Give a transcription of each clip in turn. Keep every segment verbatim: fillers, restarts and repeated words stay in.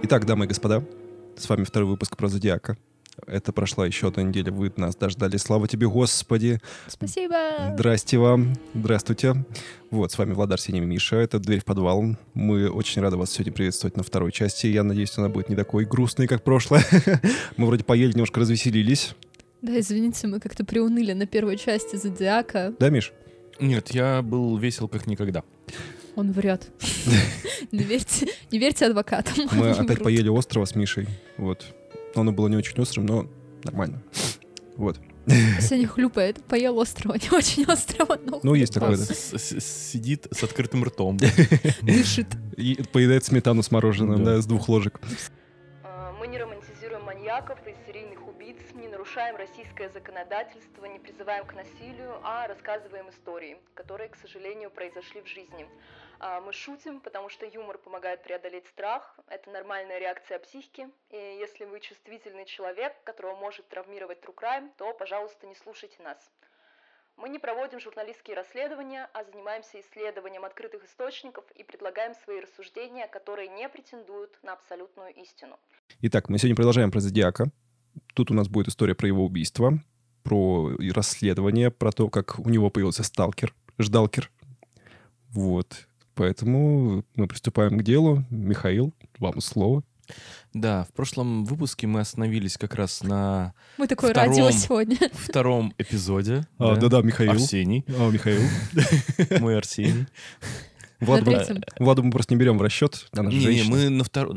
Итак, дамы и господа, с вами второй выпуск про Зодиака. Это прошла еще одна неделя, вы нас дождались. Слава тебе, Господи! Спасибо! Здрасте вам, здравствуйте. Вот, с вами Влад, Арсений и Миша. Это «Дверь в подвал». Мы очень рады вас сегодня приветствовать на второй части. Я надеюсь, она будет не такой грустной, как прошлая. Мы вроде поели, немножко развеселились. Да, извините, мы как-то приуныли на первой части Зодиака. Да, Миш? Нет, я был весел как никогда. Он врет. Не верьте, не верьте адвокатам. Мы опять поели острова с Мишей. Вот. Оно было не очень острым, но нормально. Вот. Сегодня хлюпает, поел острова, не очень острого, но... Ну, есть такое, да. Сидит с открытым ртом. Дышит. И поедает сметану с мороженым, да, с двух ложек. Мы не романтизируем маньяков и серийных убийц, не нарушаем российское законодательство, не призываем к насилию, а рассказываем истории, которые, к сожалению, произошли в жизни. Мы шутим, потому что юмор помогает преодолеть страх, это нормальная реакция психики, и если вы чувствительный человек, которого может травмировать true crime, то, пожалуйста, не слушайте нас. Мы не проводим журналистские расследования, а занимаемся исследованием открытых источников и предлагаем свои рассуждения, которые не претендуют на абсолютную истину. Итак, мы сегодня продолжаем про Зодиака. Тут у нас будет история про его убийство, про расследование, про то, как у него появился сталкер, ждалкер. Вот. Поэтому мы приступаем к делу. Михаил, вам слово. Да, в прошлом выпуске мы остановились как раз на Мы такое втором, радио сегодня. втором эпизоде. А, да-да, Михаил. Арсений. А, Михаил. Мой Арсений. Владу, На третьем. Владу мы просто не берем в расчет. Она же Не, женщина. мы на втором...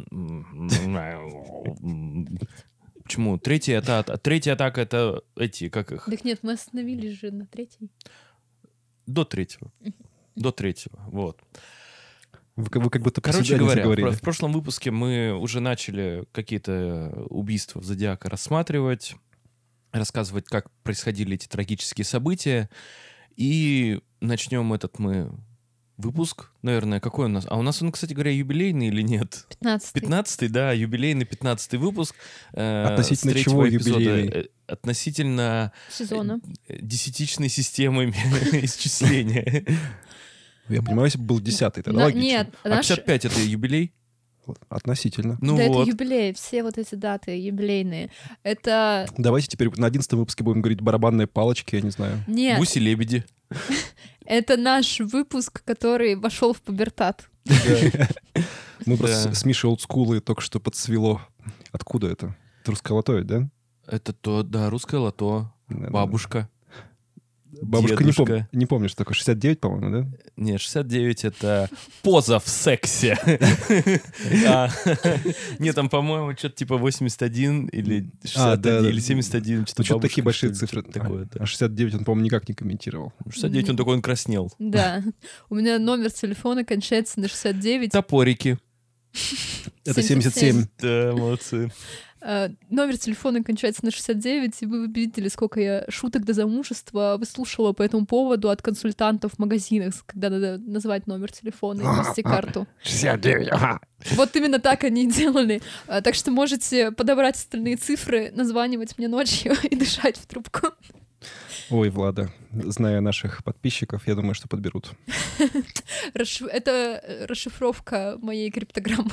Почему? Третья атака, третья атака это эти, как их? Так нет, мы остановились же на третьей. До третьего. До третьего, вот. Вы, вы как будто Короче говоря, в, в прошлом выпуске мы уже начали какие-то убийства в Зодиака рассматривать, рассказывать, как происходили эти трагические события. И начнем этот мы выпуск, наверное, какой у нас? А у нас он, кстати говоря, юбилейный или нет? Пятнадцатый. Пятнадцатый, да, юбилейный пятнадцатый выпуск. Э, Относительно с третьего чего эпизода. юбилейный? Относительно Сезона. десятичной системы исчисления. Я понимаю, если бы был десятый, тогда На- логично. Нет, А наш... пятьдесят пять это юбилей? Относительно. Ну да, вот. это юбилей, все вот эти даты юбилейные. Это... Давайте теперь на одиннадцатом выпуске будем говорить барабанные палочки, я не знаю. Нет, Гуси-лебеди. это наш выпуск, который вошел в пубертат. Мы просто Да. с Мишей олдскулы только что подсвело. Откуда это? Это русское лото, да? Это то, да, русское лото, Да, бабушка. Бабушка не, пом... дедушка. не помню, что такое. шестьдесят девять, по-моему, да? Нет, шестьдесят девять это поза в сексе. А, Нет, там, по-моему, что-то типа восемьдесят один или шестьдесят да, один, да. или семьдесят один. Ну, что-то такие большие цифры. Такое, А шестьдесят девять он, по-моему, никак не комментировал. шестьдесят девять, он такой, он краснел. Да. У меня номер телефона кончается на шестьдесят девять. Топорики. Это семьдесят семь. Да, молодцы. Э, Номер телефона кончается на шестьдесят девять, и вы видели, сколько я шуток до замужества выслушала по этому поводу от консультантов в магазинах, когда надо назвать номер телефона и ввести карту. шестьдесят девять, ага. Вот именно так они и делали. А, Так что можете подобрать остальные цифры, названивать мне ночью и дышать в трубку. Ой, Влада, зная наших подписчиков, я думаю, что подберут. Расшиф- Это э, расшифровка моей криптограммы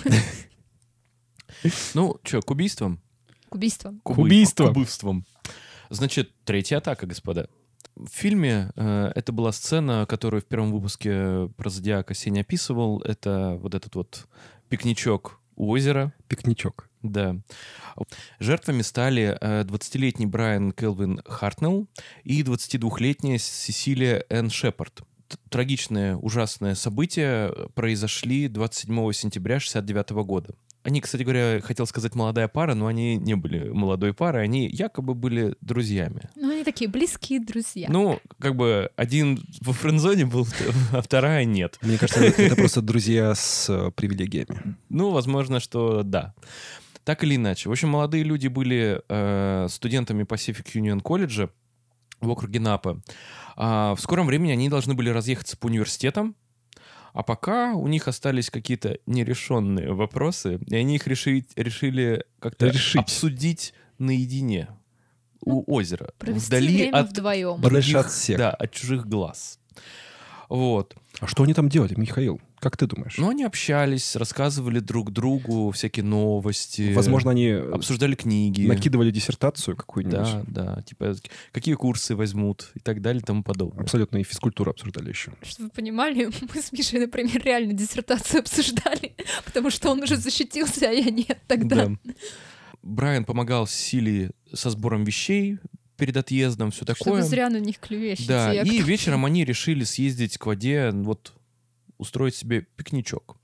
Ну, что, к убийствам? к убийству. К убийствам. К убийствам. Значит, третья атака, господа. В фильме э, это была сцена, которую в первом выпуске про Зодиака Сеня описывал. Это вот этот вот пикничок у озера. Пикничок. Да. Жертвами стали э, двадцатилетний Брайан Келвин Хартнелл и двадцатидвухлетняя Сесилия Энн Шепард. Т- Трагичное, ужасное событие произошли двадцать седьмого сентября шестьдесят девятого года. Они, кстати говоря, хотел сказать молодая пара, но они не были молодой парой, они якобы были друзьями. Ну, они такие близкие друзья. Ну, как бы один во френдзоне был, а вторая нет. Мне кажется, это просто друзья с э, привилегиями. Ну, возможно, что да. Так или иначе. В общем, молодые люди были э, студентами Pacific Union колледжа в округе Напа. А в скором времени они должны были разъехаться по университетам, а пока у них остались какие-то нерешенные вопросы, и они их решить, решили как-то Решить. обсудить наедине у озера. Провести Вдали время от, вдвоем. Подальше других- от всех. Да, от чужих глаз. Вот. А что они там делали, Михаил? Как ты думаешь? Ну, они общались, рассказывали друг другу всякие новости. Возможно, они обсуждали книги. Накидывали диссертацию какую-нибудь. Да, да. Типа, какие курсы возьмут и так далее и тому подобное. Абсолютно. И физкультуру обсуждали еще. Чтобы вы понимали, мы с Мишей, например, реально диссертацию обсуждали, потому что он уже защитился, а я нет тогда. Да. Брайан помогал Сесилии со сбором вещей перед отъездом, все такое. Что вы зря на них клевещете. Да, я и кто- вечером они решили съездить к воде, вот, устроить себе пикничок.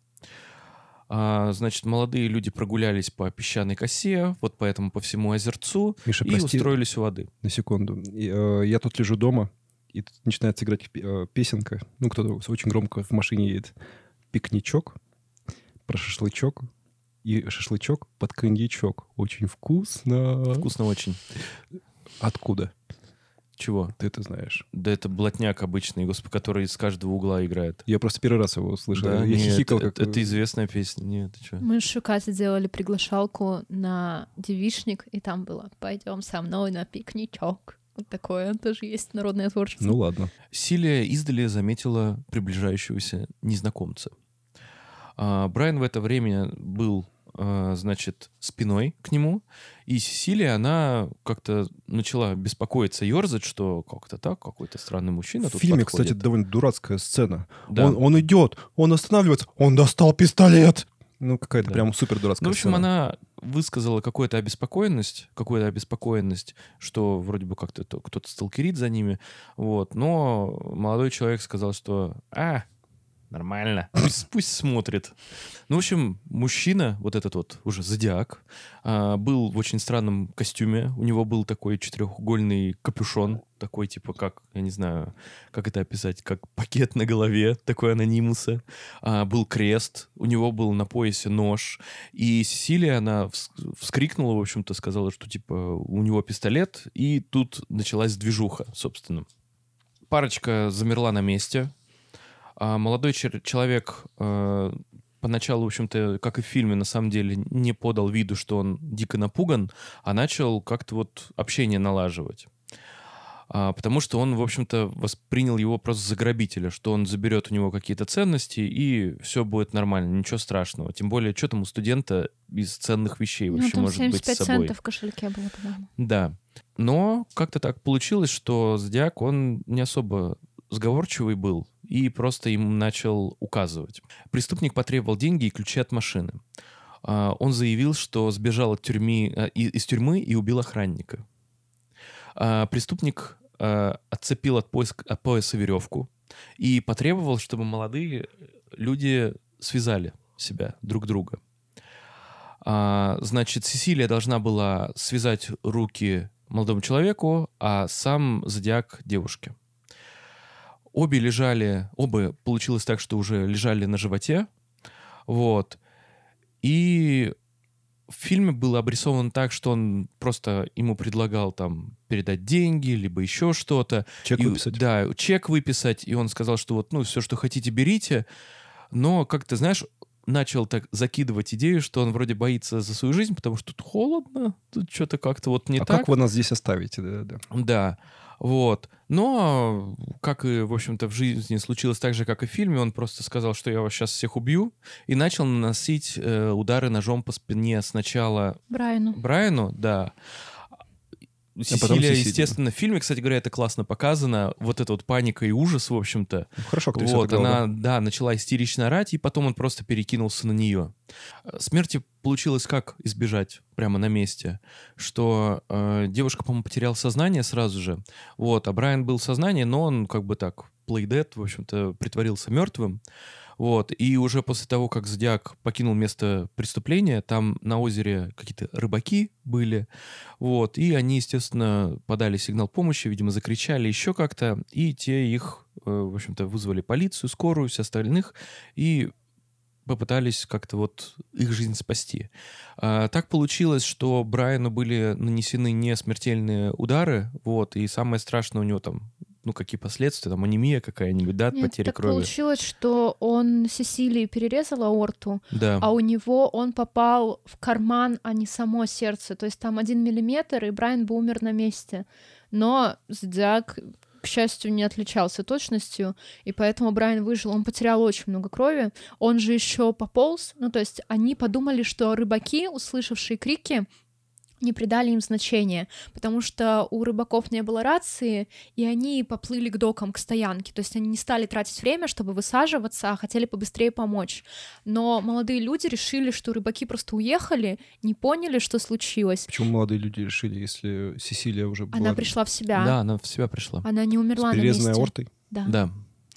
А, значит, молодые люди прогулялись по песчаной косе, вот поэтому по всему озерцу, Миша, и прости устроились у воды. на секунду. И, э, я тут лежу дома, и тут начинается играть э, песенка. Ну, кто-то очень громко в машине едет. Пикничок про шашлычок. И шашлычок под коньячок. Очень вкусно. Вкусно очень. Откуда? Чего? Ты это знаешь. Да это блатняк обычный, господи, который из каждого угла играет. Я просто первый раз его услышал. Да, Я нет, хихикал, это, как... это известная песня. Нет, ты что? Мы с Шукати делали приглашалку на девичник, и там было «Пойдем со мной на пикничок». Вот такое тоже есть народное творчество. Ну ладно. Силия издали заметила приближающегося незнакомца. А, Брайан в это время был, а, значит, спиной к нему, и Сесилия, она как-то начала беспокоиться, ерзать, что как-то так, какой-то странный мужчина В тут фильме, подходит. кстати, довольно дурацкая сцена. Да. Он, он идет, он останавливается, он достал пистолет. Ну, какая-то Да. прям супер дурацкая Ну, в общем, сцена. она высказала какую-то обеспокоенность, какую-то обеспокоенность, что вроде бы как-то то- кто-то сталкерит за ними, вот. Но молодой человек сказал, что «А, нормально, пусть, пусть смотрит». Ну, в общем, мужчина, вот этот вот уже зодиак, а, был в очень странном костюме. У него был такой четырехугольный капюшон, такой типа как, я не знаю, как это описать, как пакет на голове, такой анонимуса. А, был крест, у него был на поясе нож. И Сесилия, она вс- вскрикнула, в общем-то, сказала, что типа у него пистолет, и тут началась движуха, собственно. Парочка замерла на месте. А молодой чер- человек э, поначалу, в общем-то, как и в фильме, на самом деле не подал виду, что он дико напуган, а начал как-то вот общение налаживать. А, потому что он, в общем-то, воспринял его просто за грабителя, что он заберет у него какие-то ценности, и все будет нормально, ничего страшного. Тем более, что там у студента из ценных вещей Ну, вообще там может быть семьдесят с пять собой? центов в кошельке было, по-моему. Да. Но как-то так получилось, что Зодиак, он не особо сговорчивый был и просто им начал указывать. Преступник потребовал деньги и ключи от машины. А, Он заявил, что сбежал от тюрьмы, а, и- из тюрьмы и убил охранника. А, Преступник а, отцепил от пояса, от пояса веревку и потребовал, чтобы молодые люди связали себя друг друга. А, Значит, Сесилия должна была связать руки молодому человеку, а сам Зодиак — девушке. Обе лежали, оба получилось так, что уже лежали на животе, вот. И в фильме было обрисовано так, что он просто ему предлагал там передать деньги, либо еще что-то. Чек И- выписать. Да, чек выписать, и он сказал, что вот, ну, все, что хотите, берите. Но, как ты знаешь, начал так закидывать идею, что он вроде боится за свою жизнь, потому что тут холодно, тут что-то как-то вот не а так. как вы нас здесь оставите? Да, да. Да, вот. Но, как и, в общем-то, в жизни случилось так же, как и в фильме, он просто сказал, что я вас сейчас всех убью, и начал наносить э, удары ножом по спине сначала Брайану. Брайану, да. Сесилия, потом Сесилии. естественно, в фильме, кстати говоря, это классно показано, вот эта вот паника и ужас, в общем-то. Ну, хорошо, актриса Вот, отыграла, она, да, начала истерично орать, и потом он просто перекинулся на нее. Смерти получилось как избежать прямо на месте, что э, девушка, по-моему, потеряла сознание сразу же, вот, а Брайан был в сознании, но он как бы так, play dead, в общем-то, притворился мертвым. Вот, и уже после того, как Зодиак покинул место преступления, там на озере какие-то рыбаки были, вот, и они, естественно, подали сигнал помощи, видимо, закричали еще как-то, и те их, э, в общем-то, вызвали полицию, скорую, всех остальных, и попытались как-то вот их жизнь спасти. А, так получилось, что Брайану были нанесены не смертельные удары, вот, и самое страшное у него там, ну, какие последствия, там, анемия какая-нибудь, да, от Нет, потери так крови. получилось, что он Сесилии перерезал аорту, Да. а у него он попал в карман, а не само сердце. То есть там один миллиметр, и Брайан бы умер на месте. Но Зодиак к счастью, не отличался точностью, и поэтому Брайан выжил. Он потерял очень много крови. Он же еще пополз. Ну, то есть они подумали, что рыбаки, услышавшие крики, не придали им значения, потому что у рыбаков не было рации, и они поплыли к докам, к стоянке. То есть они не стали тратить время, чтобы высаживаться, а хотели побыстрее помочь. Но молодые люди решили, что рыбаки просто уехали, не поняли, что случилось. Почему молодые люди решили, если Сесилия уже была... Она пришла в себя. Да, она в себя пришла. Она не умерла с на месте. перерезанной аортой? Да. Да.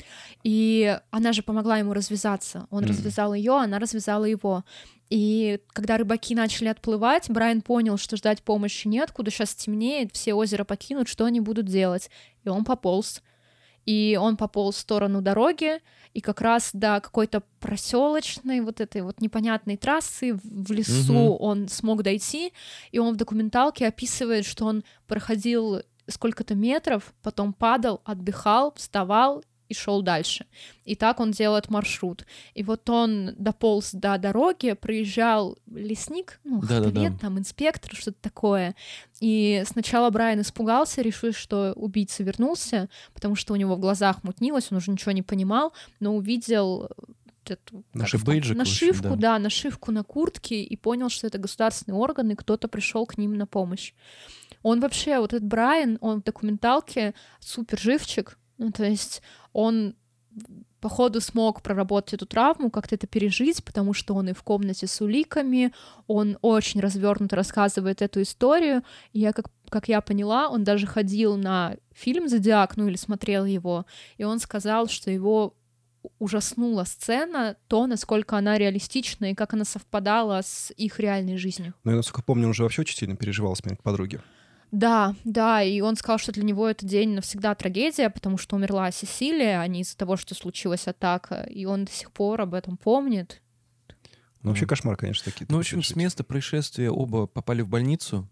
И она же помогла ему развязаться. Он mm-hmm. развязал ее, она развязала его. И когда рыбаки начали отплывать, Брайан понял, что ждать помощи неоткуда, сейчас темнеет, все озеро покинут, что они будут делать? И он пополз. И он пополз в сторону дороги, и как раз до какой-то проселочной вот этой вот непонятной трассы в лесу mm-hmm. он смог дойти, и он в документалке описывает, что он проходил сколько-то метров, потом падал, отдыхал, вставал и шел дальше. И так он делает маршрут. И вот он дополз до дороги, проезжал лесник, ну, хтовед, там, инспектор, что-то такое. И сначала Брайан испугался, решил, что убийца вернулся, потому что у него в глазах мутнилось, он уже ничего не понимал, но увидел эту, нашивку, бейджик, нашивку, общем, да. да, нашивку на куртке, и понял, что это государственный орган, и кто-то пришел к ним на помощь. Он вообще, вот этот Брайан, он в документалке супер живчик. Ну, то есть он, походу, смог проработать эту травму, как-то это пережить, потому что он и в комнате с уликами, он очень развернуто рассказывает эту историю. И я, как, как я поняла, он даже ходил на фильм «Зодиак», ну или смотрел его, и он сказал, что его ужаснула сцена, то, насколько она реалистична и как она совпадала с их реальной жизнью. Ну, я, насколько помню, он уже вообще очень сильно переживал смерть подруги. Да, да, и он сказал, что для него этот день навсегда трагедия, потому что умерла Сесилия, а не из-за того, что случилась атака, и он до сих пор об этом помнит. Ну, вообще кошмар, конечно, такие. Ну, в общем, с места происшествия оба попали в больницу,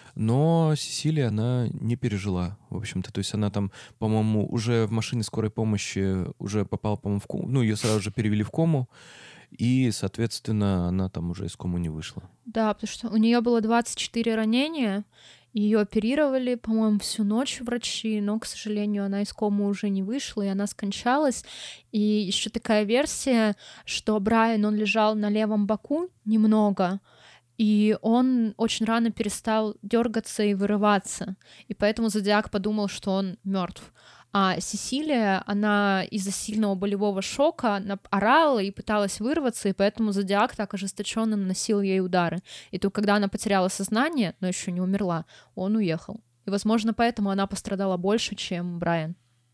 но Сесилия, она не пережила, в общем-то. То есть она там, по-моему, уже в машине скорой помощи уже попала, по-моему, в кому. Ну, ее сразу же перевели в кому, и, соответственно, она там уже из комы не вышла. Да, потому что у нее было двадцать четыре ранения, ее оперировали, по-моему, всю ночь врачи, но, к сожалению, она из комы уже не вышла, и она скончалась. И еще такая версия, что Брайан, он лежал на левом боку немного, и он очень рано перестал дергаться и вырываться. И поэтому Зодиак подумал, что он мертв. А Сесилия, она из-за сильного болевого шока орала и пыталась вырваться, и поэтому Зодиак так ожесточенно наносил ей удары. И то, когда она потеряла сознание, но еще не умерла, он уехал. И, возможно, поэтому она пострадала больше, чем Брайан.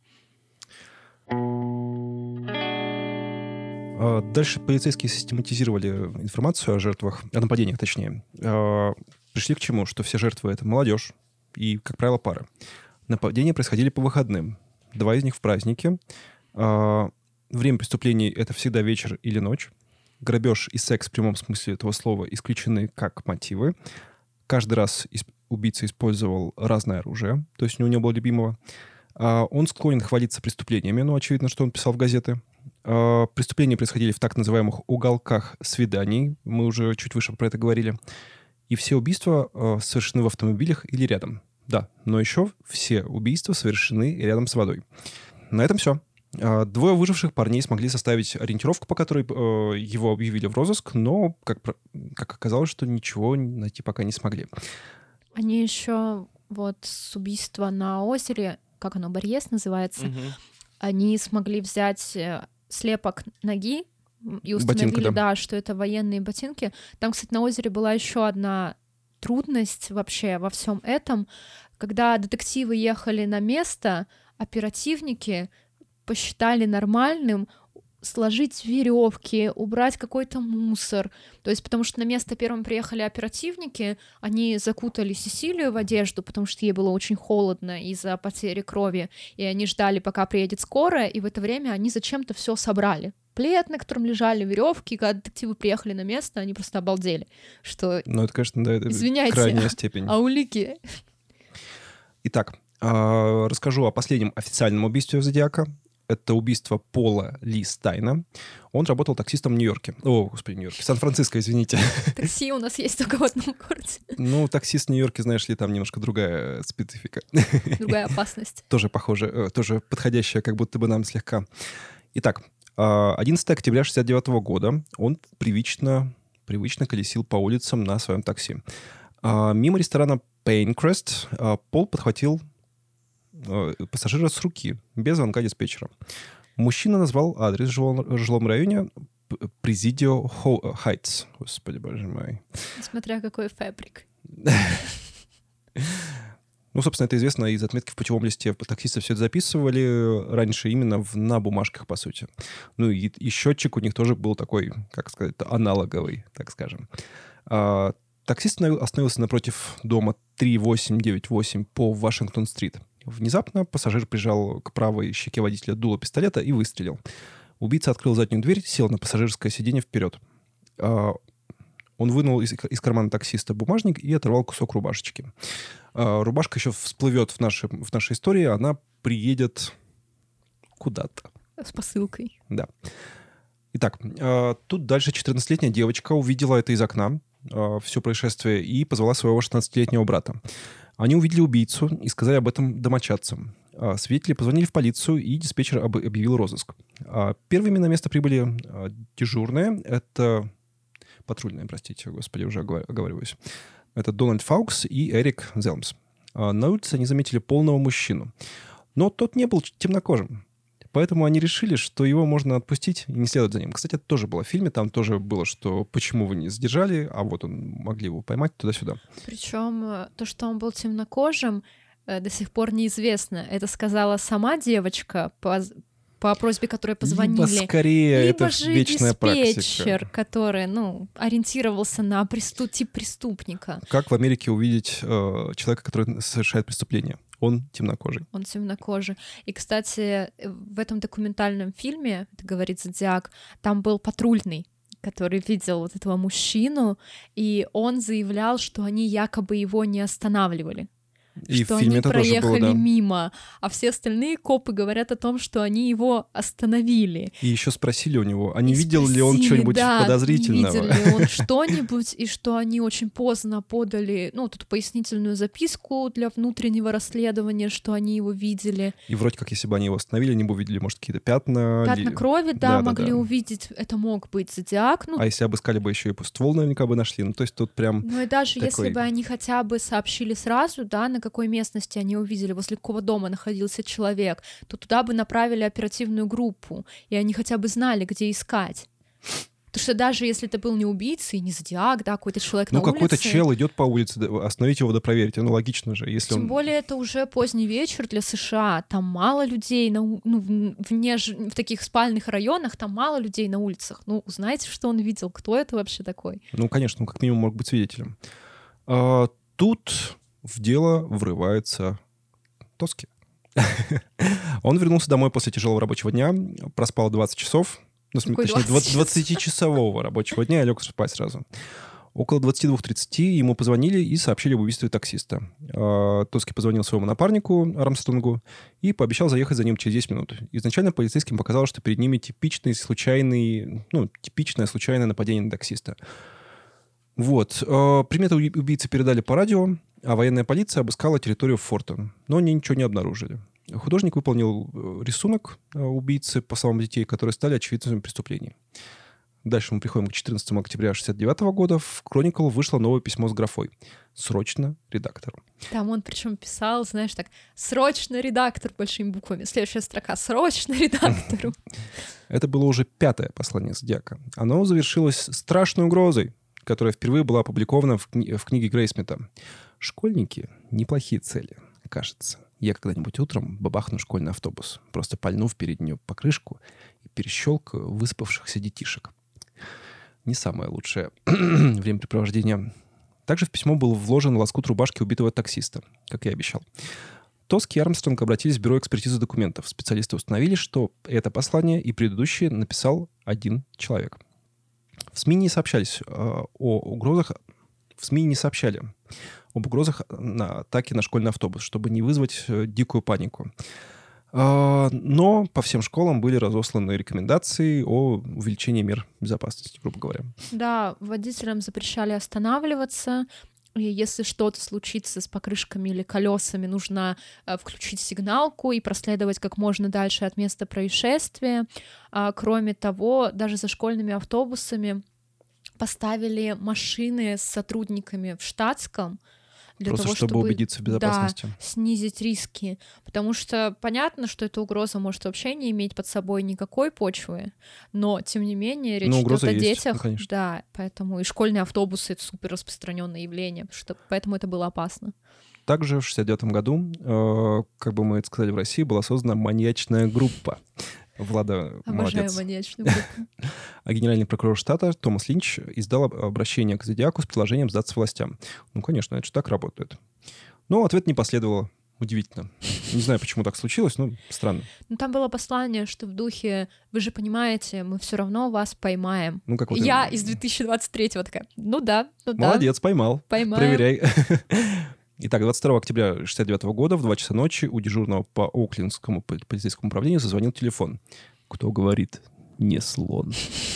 Дальше полицейские систематизировали информацию о жертвах, о нападениях, точнее. Пришли к чему? Что все жертвы — это молодежь и, как правило, пары. Нападения происходили по выходным. Два из них в праздники. Время преступлений — это всегда вечер или ночь. Грабеж и секс в прямом смысле этого слова исключены как мотивы. Каждый раз убийца использовал разное оружие, то есть у него не было любимого. Он склонен хвалиться преступлениями, ну, очевидно, что он писал в газеты. Преступления происходили в так называемых уголках свиданий. Мы уже чуть выше про это говорили. И все убийства совершены в автомобилях или рядом. Да, но еще все убийства совершены рядом с водой. На этом все. Двое выживших парней смогли составить ориентировку, по которой э, его объявили в розыск, но, как, как оказалось, что ничего найти пока не смогли. Они еще вот с убийства на озере, как оно, Борьес называется, угу. Они смогли взять слепок ноги и установили, Ботинка, да. Да, что это военные ботинки. Там, кстати, на озере была еще одна трудность вообще во всем этом. Когда детективы ехали на место, оперативники посчитали нормальным сложить веревки, убрать какой-то мусор. То есть потому что на место первым приехали оперативники, они закутали Сесилию в одежду, потому что ей было очень холодно из-за потери крови, и они ждали, пока приедет скорая, и в это время они зачем-то все собрали. Плед, на котором лежали веревки, когда детективы приехали на место, они просто обалдели, что... Ну, это, конечно, да, это извиняйте, крайняя степень. А улики? Итак, расскажу о последнем официальном убийстве Зодиака. Это убийство Пола Ли Стайна. Он работал таксистом в Нью-Йорке. О, господи, Нью-Йорке. Сан-Франциско, извините. Такси у нас есть только в одном городе. Ну, таксист в Нью-Йорке, знаешь ли, там немножко другая специфика. Другая опасность. Тоже похоже, тоже подходящая, как будто бы нам слегка. Итак, одиннадцатого октября шестьдесят девятого года он привычно, привычно колесил по улицам на своем такси. Мимо ресторана Pinecrest Пол подхватил пассажира с руки, без звонка диспетчера. Мужчина назвал адрес в жилом, жилом районе Президио Хайтс. Господи, боже мой. Смотря какой фабрик. Ну, собственно, это известно из отметки в путевом листе. Таксисты все это записывали раньше именно в, на бумажках, по сути. Ну, и, и счетчик у них тоже был такой, как сказать, аналоговый, так скажем. А, таксист остановился напротив дома три восемь девять восемь по Вашингтон-стрит. Внезапно пассажир прижал к правой щеке водителя дуло пистолета и выстрелил. Убийца открыл заднюю дверь, сел на пассажирское сиденье вперед. А, он вынул из, из кармана таксиста бумажник и оторвал кусок рубашечки. А, рубашка еще всплывет в нашей, в нашей истории, она приедет куда-то. С посылкой. Да. Итак, а, тут дальше четырнадцатилетняя девочка увидела это из окна, а, все происшествие, и позвала своего шестнадцатилетнего брата. Они увидели убийцу и сказали об этом домочадцам. А, свидетели позвонили в полицию, и диспетчер об, объявил розыск. А, первыми на место прибыли а, дежурные. Это... Патрульные, простите, господи, уже оговариваюсь. Это Дональд Фаукс и Эрик Зелмс. А, на улице они заметили полного мужчину. Но тот не был темнокожим. Поэтому они решили, что его можно отпустить и не следовать за ним. Кстати, это тоже было в фильме. Там тоже было, что почему вы не задержали, а вот он могли его поймать туда-сюда. Причем то, что он был темнокожим, до сих пор неизвестно. Это сказала сама девочка по, по просьбе, которой позвонили. Либо скорее, Либо это же вечная диспетчер, практика. который, ну, ориентировался на преступ... тип преступника. Как в Америке увидеть э, человека, который совершает преступление? Он темнокожий. Он темнокожий. И, кстати, в этом документальном фильме, это говорит «Зодиак», там был патрульный, который видел вот этого мужчину, и он заявлял, что они якобы его не останавливали. И что в фильме они это тоже проехали было, да. мимо, а все остальные копы говорят о том, что они его остановили. И еще спросили у него, а не И видел ли он спросили, что-нибудь да, подозрительного? видел ли он что-нибудь, и что они очень поздно подали, ну, тут пояснительную записку для внутреннего расследования, что они его видели. И вроде как, если бы они его остановили, они бы увидели, может, какие-то пятна. Пятна ли... крови, да, да, могли да, да. увидеть, это мог быть Зодиак. Ну, А если обыскали бы еще и ствол, наверняка бы нашли. Ну, то есть тут прям... ну и даже такой... если бы они хотя бы сообщили сразу, да, на какой местности они увидели, возле какого дома находился человек, то туда бы направили оперативную группу, и они хотя бы знали, где искать. Потому что даже если это был не убийца и не Зодиак, да, какой-то человек Ну, на улице... Ну, какой-то чел идет по улице, остановите его да проверьте. Ну, логично же, если Тем он... более это уже поздний вечер для США, там мало людей, на, у- ну, в, вне ж- в таких спальных районах, там мало людей на улицах. Ну, узнайте, что он видел, кто это вообще такой. Ну, конечно, он как минимум мог быть свидетелем. А, тут в дело врывается Тоски. Он вернулся домой после тяжелого рабочего дня, проспал двадцать часов, ну, в смысле, Какой точнее, двадцать двадцатичасового рабочего дня, и лег спать сразу. Около двадцати двух тридцати ему позвонили и сообщили об убийстве таксиста. А, Тоски позвонил своему напарнику Армстронгу и пообещал заехать за ним через десять минут. Изначально полицейским показалось, что перед ними типичный случайный, ну, типичное случайное нападение на таксиста. Вот. А, Приметы уби- убийцы передали по радио, а военная полиция обыскала территорию форта, но они ничего не обнаружили. Художник выполнил э, рисунок э, убийцы, по словам детей, которые стали очевидцами преступлений. Дальше мы приходим к четырнадцатого октября шестьдесят девятого года. В Chronicle вышло новое письмо с графой «Срочно редактору». Там он причем писал, знаешь, так, «Срочно редактор» большими буквами. Следующая строка «Срочно редактору». Это было уже пятое послание Зодиака. Оно завершилось страшной угрозой, которая впервые была опубликована в, кни- в книге Грейсмита. Школьники — неплохие цели, кажется. Я когда-нибудь утром бабахну школьный автобус, просто пальнув переднюю покрышку и перещелкаю выспавшихся детишек. Не самое лучшее времяпрепровождение. Также в письмо был вложен лоскут рубашки убитого таксиста, как я и обещал. Тоски и Армстронг обратились в бюро экспертизы документов. Специалисты установили, что это послание и предыдущее написал один человек. В СМИ не сообщались э, о угрозах. В СМИ не сообщали об угрозах на атаке на школьный автобус, чтобы не вызвать э, дикую панику. А, но по всем школам были разосланы рекомендации о увеличении мер безопасности, грубо говоря. Да, водителям запрещали останавливаться, и если что-то случится с покрышками или колесами, нужно э, включить сигналку и проследовать как можно дальше от места происшествия. А, кроме того, даже за школьными автобусами поставили машины с сотрудниками в штатском, для Просто того, чтобы, чтобы убедиться в безопасности. Да, снизить риски. Потому что понятно, что эта угроза может вообще не иметь под собой никакой почвы, но, тем не менее, речь Но идет угроза о есть, детях. ну, конечно. Да, поэтому и школьные автобусы — это супер распространенное явление, что, поэтому это было опасно. Также в шестьдесят девятом году, э, как бы мы это сказали в России, была создана маньячная группа. Влада Обожаю молодец. маньячную группу. А генеральный прокурор штата Томас Линч издал обращение к Зодиаку с предложением сдаться властям. Ну, конечно, это же так работает. Но ответ не последовало. Удивительно. Не знаю, почему так случилось, но странно. Ну, там было послание, что в духе: вы же понимаете, мы все равно вас поймаем. Ну, как вот Я им- из две тысячи двадцать третьего такая: ну да, ну да, Молодец, поймал. поймаем. Проверяй. Итак, двадцать второго октября шестьдесят девятого года в два часа ночи у дежурного по Оуклендскому пол- полицейскому управлению зазвонил телефон. Кто говорит? Не слон.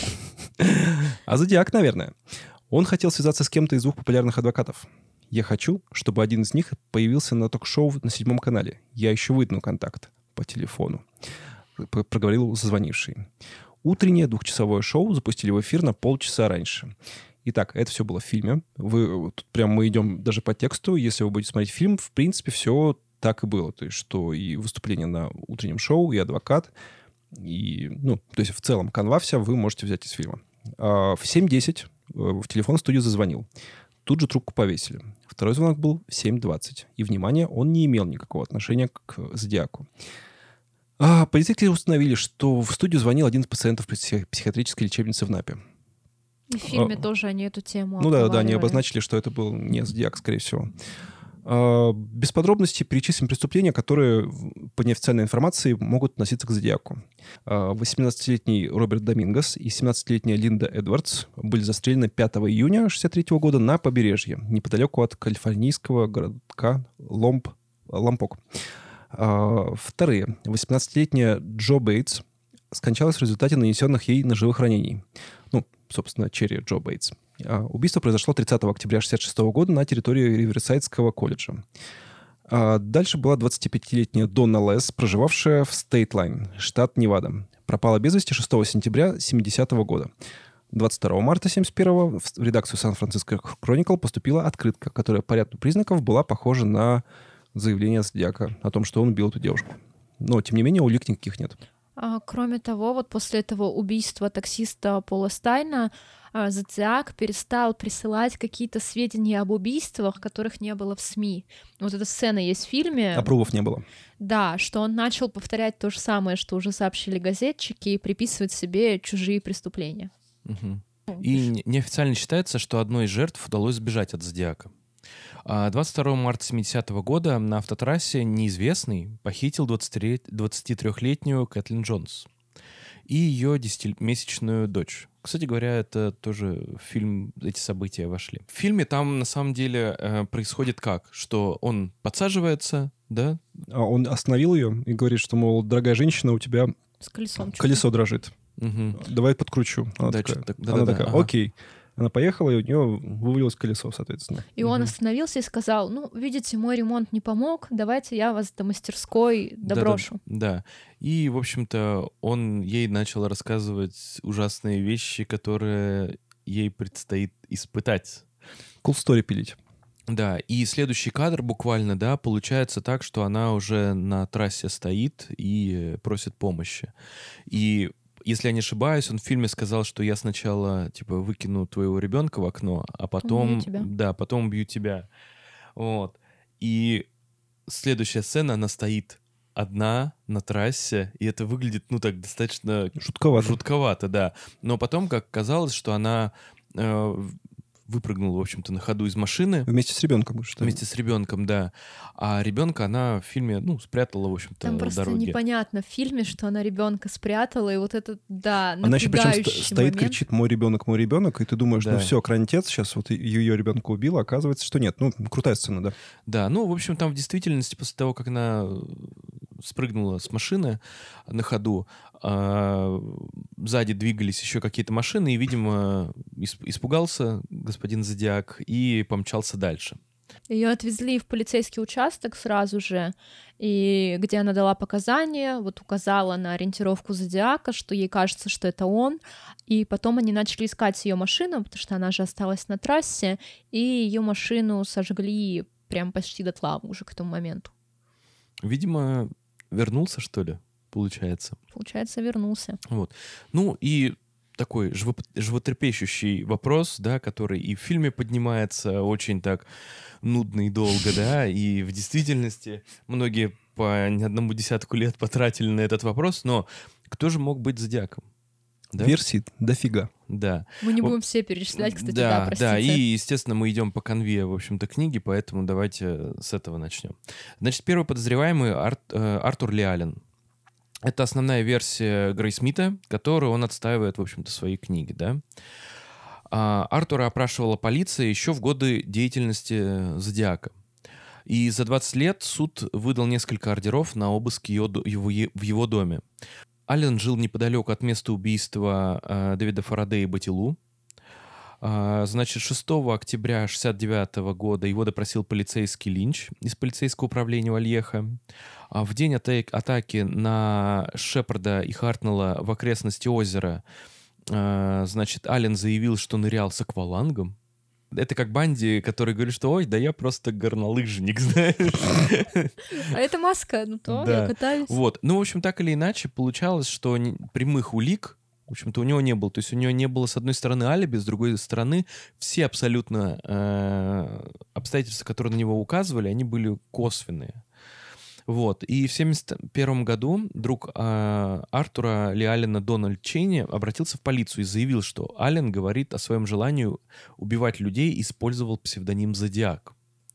А Зодиак, наверное. Он хотел связаться с кем-то из двух популярных адвокатов. Я хочу, чтобы один из них появился на ток-шоу на седьмом канале. Я еще выдну контакт по телефону. П- Проговорил зазвонивший. Утреннее двухчасовое шоу запустили в эфир на полчаса раньше. Итак, это все было в фильме. Вы, тут прям мы идем даже по тексту. Если вы будете смотреть фильм, в принципе, все так и было. То есть, что и выступление на утреннем шоу, и адвокат, и, ну, то есть в целом канва вся вы можете взять из фильма. А в семь десять в телефон в студию зазвонил. Тут же трубку повесили. Второй звонок был в семь двадцать. И, внимание, он не имел никакого отношения к Зодиаку. А полицейские установили, что в студию звонил один из пациентов психи- психиатрической лечебницы в Напе. И в фильме А, тоже они эту тему Ну да, да, они обговаривали. обозначили, что это был не Зодиак, скорее всего. А, Без подробностей перечислим преступления, которые, в- по неофициальной информации, могут относиться к Зодиаку. А, восемнадцатилетний Роберт Домингос и семнадцатилетняя Линда Эдвардс были застрелены пятого июня шестьдесят третьего года на побережье, неподалеку от калифорнийского городка Ломп, Ломпок. А, Вторые. восемнадцатилетняя Джо Бейтс скончалась в результате нанесенных ей ножевых ранений. Ну, собственно, Черри Джо Бейтс. А, Убийство произошло тридцатого октября шестьдесят шестого года на территории Риверсайдского колледжа. А Дальше была двадцатипятилетняя Донна Лесс, проживавшая в Стейтлайн, штат Невада. Пропала без вести шестого сентября семидесятого года. двадцать второго марта семьдесят первого в редакцию Сан-Франциско Кроникл поступила открытка, которая по ряду признаков была похожа на заявление Зодиака о том, что он убил эту девушку. Но, тем не менее, улик никаких нет. А, кроме того, вот после этого убийства таксиста Пола Стайна а, Зодиак перестал присылать какие-то сведения об убийствах, которых не было в СМИ. Вот эта сцена есть в фильме. Опрувов не было. Да, что он начал повторять то же самое, что уже сообщили газетчики, и приписывать себе чужие преступления. Мгм. И не- неофициально считается, что одной из жертв удалось сбежать от Зодиака. А двадцать второго марта семидесятого года на автотрассе неизвестный похитил двадцатитрёхлетнюю Кэтлин Джонс и ее десятимесячную дочь. Кстати говоря, это тоже в фильм, эти события вошли. В фильме там на самом деле э, происходит как? Что он подсаживается, да? А он остановил ее и говорит, что, мол, дорогая женщина, у тебя С колесом. чуть-чуть. колесо дрожит. Мгм. Давай подкручу. Она Да, такая, чё-то так- она да-да-да, такая, ага. окей. Она поехала, и у нее вывалилось колесо, соответственно. И он Мгм. остановился и сказал: ну, видите, мой ремонт не помог, давайте я вас до мастерской Да-да, доброшу. Да. И, в общем-то, он ей начал рассказывать ужасные вещи, которые ей предстоит испытать. Cool story пилить. Да, и следующий кадр буквально, да, получается так, что она уже на трассе стоит и просит помощи. И если я не ошибаюсь, он в фильме сказал, что я сначала, типа, выкину твоего ребенка в окно, а потом... убью тебя. Да, потом убью тебя. Вот. И следующая сцена, она стоит одна на трассе, и это выглядит, ну, так достаточно Жутковато. жутковато, да. Но потом, как казалось, что она э, выпрыгнула, в общем-то, на ходу из машины Вместе с ребенком. Что ли? вместе с ребенком, да. А ребенка она в фильме, ну, спрятала, в общем-то, Там в просто дороге. непонятно в фильме, что она ребенка спрятала, и вот это, да, Она еще причем напрягающий стоит, момент. кричит «мой ребенок, мой ребенок», и ты думаешь, ну Да. все, крантец, сейчас вот ее ребенка убила, оказывается, что нет. Ну, крутая сцена, да. Да, ну, в общем, там в действительности, после того, как она спрыгнула с машины на ходу. А, сзади двигались еще какие-то машины, и, видимо, испугался господин Зодиак и помчался дальше. Ее отвезли в полицейский участок сразу же, и где она дала показания, вот указала на ориентировку Зодиака, что ей кажется, что это он, и потом они начали искать ее машину, потому что она же осталась на трассе, и ее машину сожгли прям почти дотла уже к тому моменту. Видимо, вернулся, что ли, получается? Получается, вернулся. Вот. Ну и такой животрепещущий вопрос, да, который и в фильме поднимается очень так нудно и долго, да, и в действительности многие по не одному десятку лет потратили на этот вопрос, но кто же мог быть Зодиаком? Да? Версий дофига. Да. Мы не будем все перечислять, кстати, да, да, простите. Да, и, естественно, мы идем по конве, в общем-то, книги, поэтому давайте с этого начнем. Значит, первый подозреваемый Ар- э, Артур Ли Аллен. Это основная версия Грейсмита, которую он отстаивает, в общем-то, в своей книге, да. А, Артура опрашивала полиция еще в годы деятельности Зодиака. И за двадцать лет суд выдал несколько ордеров на обыск его, его, в его доме. Аллен жил неподалеку от места убийства э, Дэвида Фарадея и Батилу. А, значит, шестого октября шестьдесят девятого года его допросил полицейский Линч из полицейского управления Вальеха. А в день ата- атаки на Шепарда и Хартнелла в окрестности озера, а, значит, Аллен заявил, что нырял с аквалангом. Это как Банди, который говорит, что ой, да я просто горнолыжник, знаешь. А это маска, ну то, Да. я катаюсь. Вот. Ну, в общем, так или иначе, получалось, что не- прямых улик, в общем-то, у него не было. То есть у него не было, с одной стороны, алиби, с другой стороны, все абсолютно э, обстоятельства, которые на него указывали, они были косвенные. Вот. И в семьдесят первом году друг э, Артура Ли Аллена Дональд Чейни обратился в полицию и заявил, что Аллен говорит о своем желании убивать людей и использовал псевдоним Зодиак.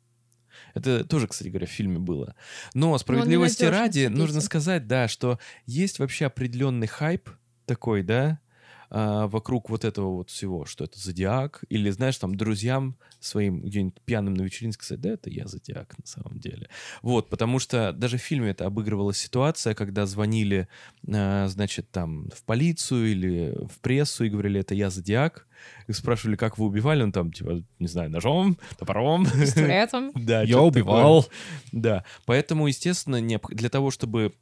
Это тоже, кстати говоря, в фильме было. Но справедливости ради нужно сказать, да, что есть вообще определенный хайп такой, да, а, вокруг вот этого вот всего, что это Зодиак, или, знаешь, там, друзьям своим где-нибудь пьяным на вечеринке сказать, да, это я Зодиак на самом деле. Вот, потому что даже в фильме это обыгрывалась ситуация, когда звонили, а, значит, там, в полицию или в прессу и говорили, это я Зодиак, и спрашивали, как вы убивали, он там, типа, не знаю, ножом, топором. Пистолетом. Да, я убивал. Такое. Да, поэтому, естественно, для того, чтобы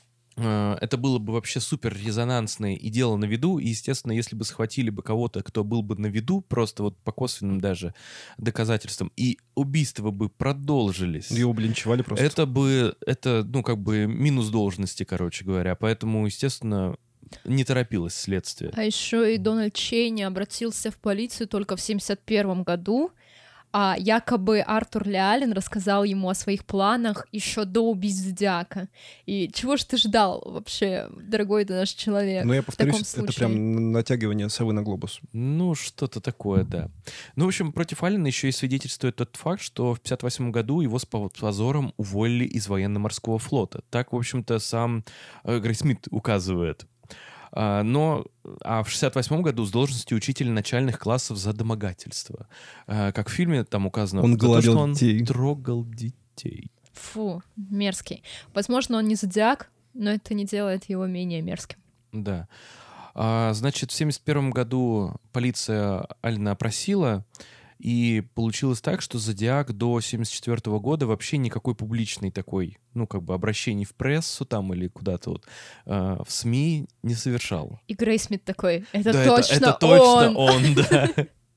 это было бы вообще супер резонансное и дело на виду, и, естественно, если бы схватили бы кого-то, кто был бы на виду, просто вот по косвенным даже доказательствам, и убийства бы продолжились. Его бы линчевали просто. Это бы, это, ну, как бы минус должности, короче говоря, поэтому, естественно, не торопилось следствие. А еще и Дональд Чейни обратился в полицию только в семьдесят первом году, а якобы Артур Ли Аллен рассказал ему о своих планах еще до убийств Зодиака. И чего ж ты ждал вообще, дорогой ты наш человек? Ну, я повторюсь, это прям натягивание совы на глобус. Ну, что-то такое, да. Ну, в общем, против Аллена еще и свидетельствует тот факт, что в пятьдесят восьмом году его с позором уволили из военно-морского флота. Так, в общем-то, сам э, Грейсмит указывает. А, но а в шестьдесят восьмом году с должности учителя начальных классов за домогательство. А, как в фильме там указано, он за то, гладил что он детей. трогал детей. Фу, мерзкий. Возможно, он не Зодиак, но это не делает его менее мерзким. Да. А, значит, в семьдесят первом году полиция Аллена опросила, и получилось так, что Зодиак до семьдесят четвёртого года вообще никакой публичный такой, ну, как бы обращений в прессу там или куда-то вот э, в СМИ не совершал. И Грейсмит такой, это да, точно это, это точно он! он, да.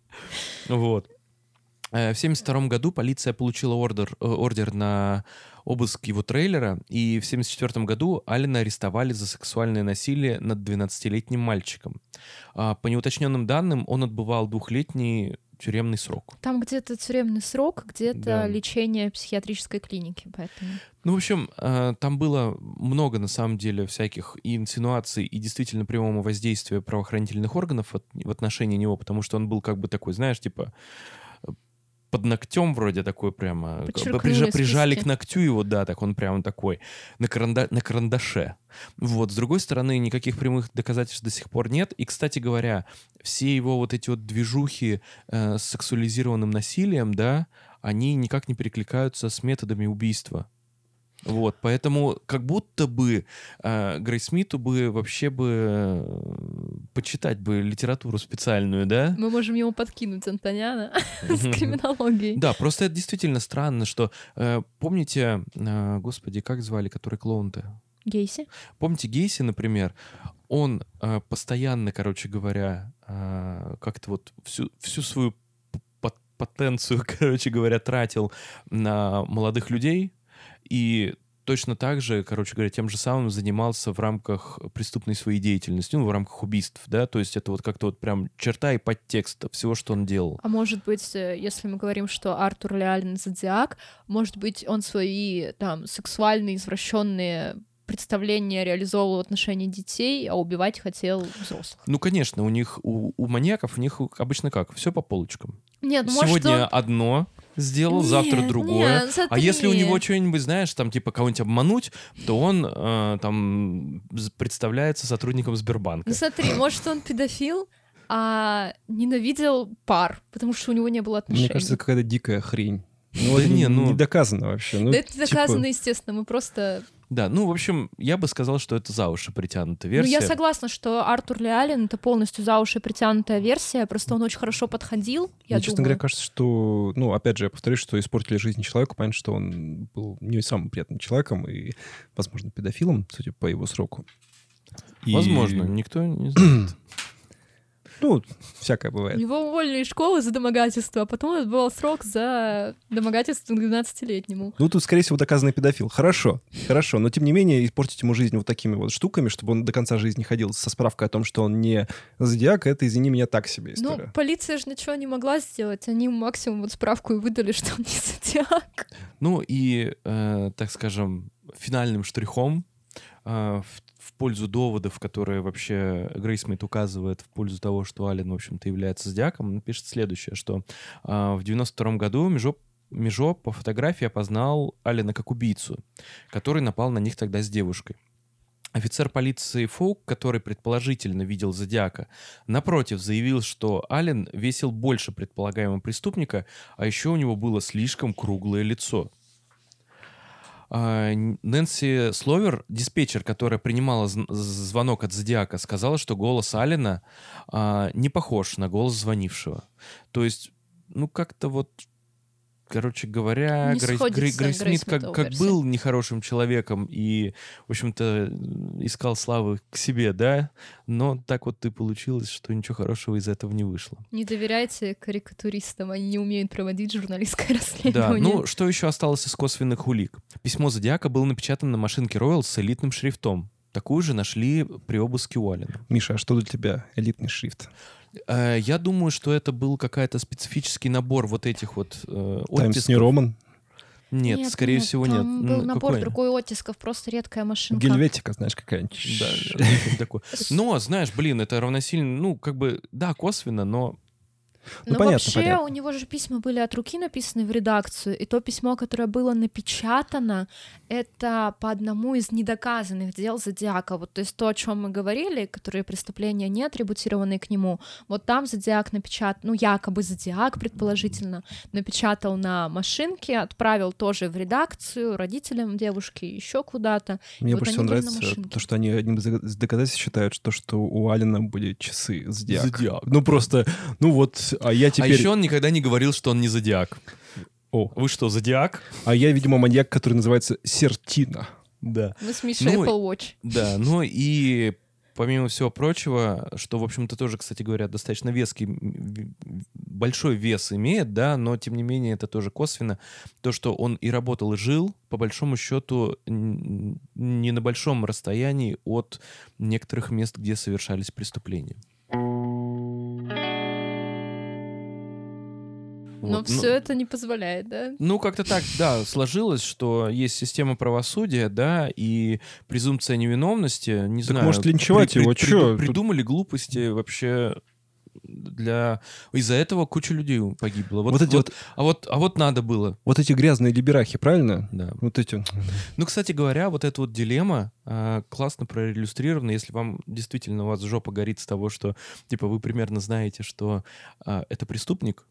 Вот. В семьдесят втором году полиция получила ордер, ордер на обыск его трейлера, и в семьдесят четвёртом году Аллена арестовали за сексуальное насилие над двенадцатилетним мальчиком. По неуточненным данным, он отбывал двухлетний тюремный срок. Там где-то тюремный срок, где-то Да. лечение в психиатрической клинике, поэтому... Ну, в общем, там было много, на самом деле, всяких и инсинуаций, и действительно прямого воздействия правоохранительных органов в отношении него, потому что он был как бы такой, знаешь, типа под ногтем вроде такой прямо, прижа, прижали к ногтю его, да, так он прямо такой, на, каранда, на карандаше. Вот, с другой стороны, никаких прямых доказательств до сих пор нет, и, кстати говоря, все его вот эти вот движухи э, с сексуализированным насилием, да, они никак не перекликаются с методами убийства. Вот, поэтому как будто бы э, Грейсмиту бы вообще бы э, почитать бы литературу специальную, да? Мы можем ему подкинуть Антоняна с криминологией. Да, просто это действительно странно, что... э, помните, э, господи, как звали, который клоун-то? Гейси? Помните Гейси, например? Он э, постоянно, короче говоря, э, как-то вот всю, всю свою п- пот- потенцию, короче говоря, тратил на молодых людей, и точно так же, короче говоря, тем же самым занимался в рамках преступной своей деятельности, ну, в рамках убийств, да, то есть это вот как-то вот прям черта и подтекст всего, что он делал. А может быть, э, если мы говорим, что Артур Леалин — зодиак, может быть, он свои там сексуальные, извращенные представления реализовывал в отношении детей, а убивать хотел взрослых. Ну, конечно, у них, у, у маньяков, у них обычно как? Все по полочкам. Нет, ну, может, Сегодня он... одно сделал, Нет, завтра другое. нет, А если у него что-нибудь, знаешь, там типа кого-нибудь обмануть, то он э, там представляется сотрудником Сбербанка. Ну смотри, может, он педофил, а ненавидел пар, потому что у него не было отношений. Мне кажется, какая-то дикая хрень. Ну, Да это не, ну- не доказано вообще. Ну, Да это типа, доказано, естественно, мы просто... Да, ну, в общем, я бы сказал, что это за уши притянутая версия. Ну, я согласна, что Артур Леалин — это полностью за уши притянутая версия, просто он очень хорошо подходил, я Мне, честно думаю. говоря, кажется, что, ну, опять же, я повторюсь, что испортили жизнь человеку, понятно, что он был не самым приятным человеком и, возможно, педофилом, судя по его сроку. И, Возможно, никто не знает. Ну, всякое бывает. Его уволили из школы за домогательство, а потом он отбывал срок за домогательство к двенадцатилетнему. Ну, тут, скорее всего, доказанный педофил. Хорошо, хорошо. Но, тем не менее, испортить ему жизнь вот такими вот штуками, чтобы он до конца жизни ходил со справкой о том, что он не зодиак, это, извини меня, так себе Ну, история. полиция же ничего не могла сделать. Они максимум вот справку и выдали, что он не зодиак. Ну и, э, так скажем, финальным штрихом э, в, в пользу доводов, которые вообще Грейсмит указывает в пользу того, что Аллен, в общем-то, является зодиаком, он пишет следующее, что э, в девяносто втором году Межо, Межо по фотографии опознал Аллена как убийцу, который напал на них тогда с девушкой. Офицер полиции Фоук, который предположительно видел зодиака, напротив, заявил, что Аллен весил больше предполагаемого преступника, а еще у него было слишком круглое лицо. А, Нэнси Словер, диспетчер, которая принимала з- звонок от зодиака, сказала, что голос Аллена а, не похож на голос звонившего. То есть, ну как-то вот... Короче говоря, Не Грейс, сходится Грей- Грейсмит как, Грейсмитова как версия. был нехорошим человеком и, в общем-то, искал славы к себе, да, но так вот и получилось, что ничего хорошего из этого не вышло. Не доверяйте карикатуристам, они не умеют проводить журналистское Да, расследование. ну что еще осталось из косвенных улик? Письмо зодиака было напечатано на машинке Royal с элитным шрифтом. Такую же нашли при обыске у Аллена. Миша, а что для тебя элитный шрифт? Э, Я думаю, что это был какой-то специфический набор вот этих вот э, Таймс оттисков. не Роман? Нет, скорее нет, всего, там нет. был М, набор какой? другой оттисков, просто редкая машинка. Гельветика, знаешь, какая-нибудь. Да, да, что-то такое. Но, знаешь, блин, это равносильно, ну, как бы, да, косвенно, но... Ну, Но понятно, вообще понятно. у него же письма были от руки написаны в редакцию, и то письмо, которое было напечатано, это по одному из недоказанных дел Зодиака. Вот, то есть то, о чем мы говорили, которые преступления не атрибутированы к нему, вот там Зодиак напечатал, ну, якобы Зодиак, предположительно, напечатал на машинке, отправил тоже в редакцию, родителям девушки, еще куда-то. Мне вот больше всего они были на нравится машинке. то, что они одним из доказательств считают, что, что у Алина были часы зодиак. Зодиак. Ну просто, ну вот, а я теперь... А еще он никогда не говорил, что он не зодиак. О, Вы что, зодиак? а я, видимо, маньяк, который называется Сертина. Да. Мы с Мишей Ну, Apple Watch. Да, ну и помимо всего прочего, что, в общем-то, тоже, кстати говоря, достаточно веский, м, большой вес имеет, да, но, тем не менее, это тоже косвенно. То, что он и работал, и жил, по большому счету, н- не на большом расстоянии от некоторых мест, где совершались преступления. Но Вот, все это не позволяет, да? Ну, как-то так, да, сложилось, что есть система правосудия, да, и презумпция невиновности, не Так знаю. может линчевать его, чё? Тут- Придумали глупости вообще для... Из-за этого куча людей погибло. Вот эти вот- А, вот, а вот надо было, Вот эти грязные либерахи, правильно? да. Вот эти. Ну, кстати говоря, вот эта вот дилемма а, классно проиллюстрирована, если вам действительно у вас жопа горит с того, что, типа, вы примерно знаете, что а, это преступник,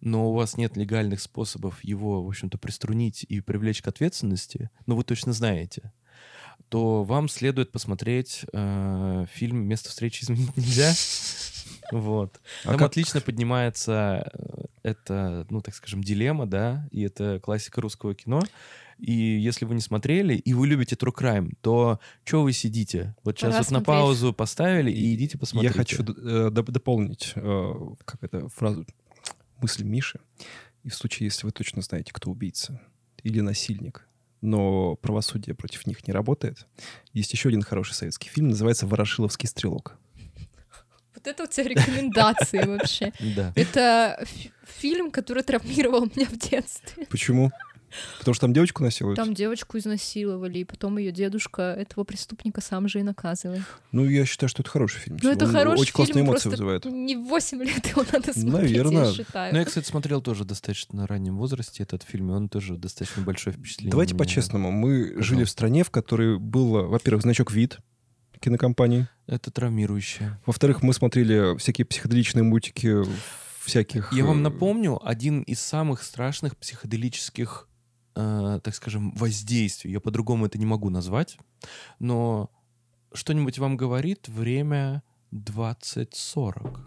но у вас нет легальных способов его, в общем-то, приструнить и привлечь к ответственности, но вы точно знаете, то вам следует посмотреть э, фильм «Место встречи изменить нельзя». Вот. А Там как- отлично поднимается э, эта, ну, так скажем, дилемма, да, и это классика русского кино. И если вы не смотрели, и вы любите True Crime, то что вы сидите? Вот сейчас Пора вот на смотреть. паузу поставили и идите посмотрите. Я хочу э, доп- дополнить э, как это, фразу, мысль Миши. И в случае, если вы точно знаете, кто убийца или насильник, но правосудие против них не работает, есть еще один хороший советский фильм, называется «Ворошиловский стрелок». Вот это у тебя рекомендации вообще. Да. Это фи- фильм, который травмировал меня в детстве. Почему? Потому что там девочку насилуют? Там девочку изнасиловали, и потом ее дедушка этого преступника сам же и наказывает. Ну, я считаю, что это хороший фильм. Ну, это Он хороший очень классные фильм, эмоции просто вызывает. не в восемь лет его надо смотреть, Наверно. я считаю. Ну, я, кстати, смотрел тоже в достаточно раннем возрасте этот фильм, и он тоже достаточно большое впечатление. Давайте на меня по-честному. Мы оказал. жили в стране, в которой был, во-первых, значок ВИД кинокомпании. Это травмирующе. Во-вторых, мы смотрели всякие психоделичные мультики всяких... Я вам э, напомню один из самых страшных психоделических, э, так скажем, воздействий. Я по-другому это не могу назвать, но что-нибудь вам говорит время двадцать сорок.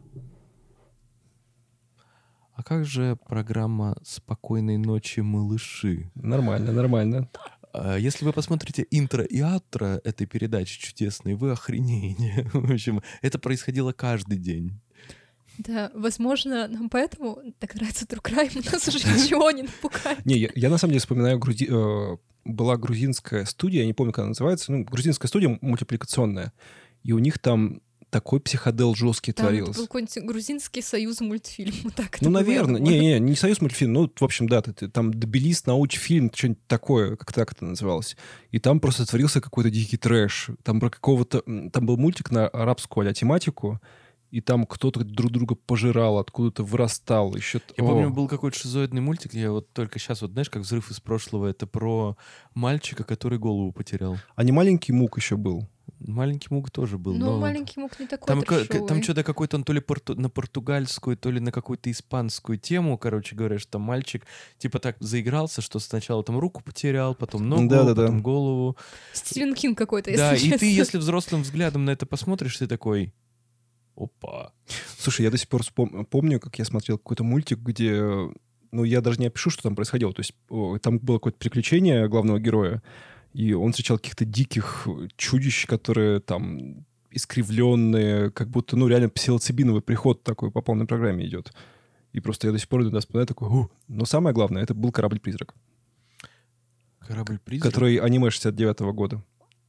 А как же программа «Спокойной ночи, малыши»? Нормально, нормально. А Если вы посмотрите интро и аутро этой передачи чудесной, вы охренеете. В общем, это происходило каждый день. Да, возможно, нам поэтому так нравится True Crime, нас уже ничего не напугает. Не, я, я на самом деле вспоминаю, грузи- э, была грузинская студия, я не помню, как она называется, ну, грузинская студия мультипликационная, и у них там такой психодел жесткий Там это творился. был какой-нибудь грузинский союз мультфильм, вот так это Ну, было, я наверное. думаю. Не-не, не союз мультфильм, ну, в общем, да, ты- ты- там Тбилис, научфильм, что-нибудь такое, как так это называлось. И там просто творился какой-то дикий трэш. Там про какого-то... м, Там был мультик на арабскую а-ля тематику, и там кто-то друг друга пожирал, откуда-то вырастал. Еще... Я помню, был какой-то шизоидный мультик, я вот только сейчас, вот знаешь, как взрыв из прошлого, это про мальчика, который голову потерял. А не маленький Мук еще был? Маленький Мук тоже был. Ну, но... маленький Мук не такой Там, ка- трэшовый. там что-то какой-то он то ли порту- на португальскую, то ли на какую-то испанскую тему, короче говоря, что там мальчик типа так заигрался, что сначала там руку потерял, потом ногу, Да-да-да. потом голову. Стивен Кинг какой-то, если Да, и честно. ты, если взрослым взглядом на это посмотришь, ты такой, опа. Слушай, я до сих пор вспом- помню, как я смотрел какой-то мультик, где... Ну, я даже не опишу, что там происходило. То есть о, там было какое-то приключение главного героя, и он встречал каких-то диких чудищ, которые там искривленные, как будто, ну, реально псилоцибиновый приход такой по полной программе идет. И просто я до сих пор иногда вспоминаю такой... «Ух». Но самое главное, это был «Корабль-призрак», Корабль-призрак? который аниме шестьдесят девятого года.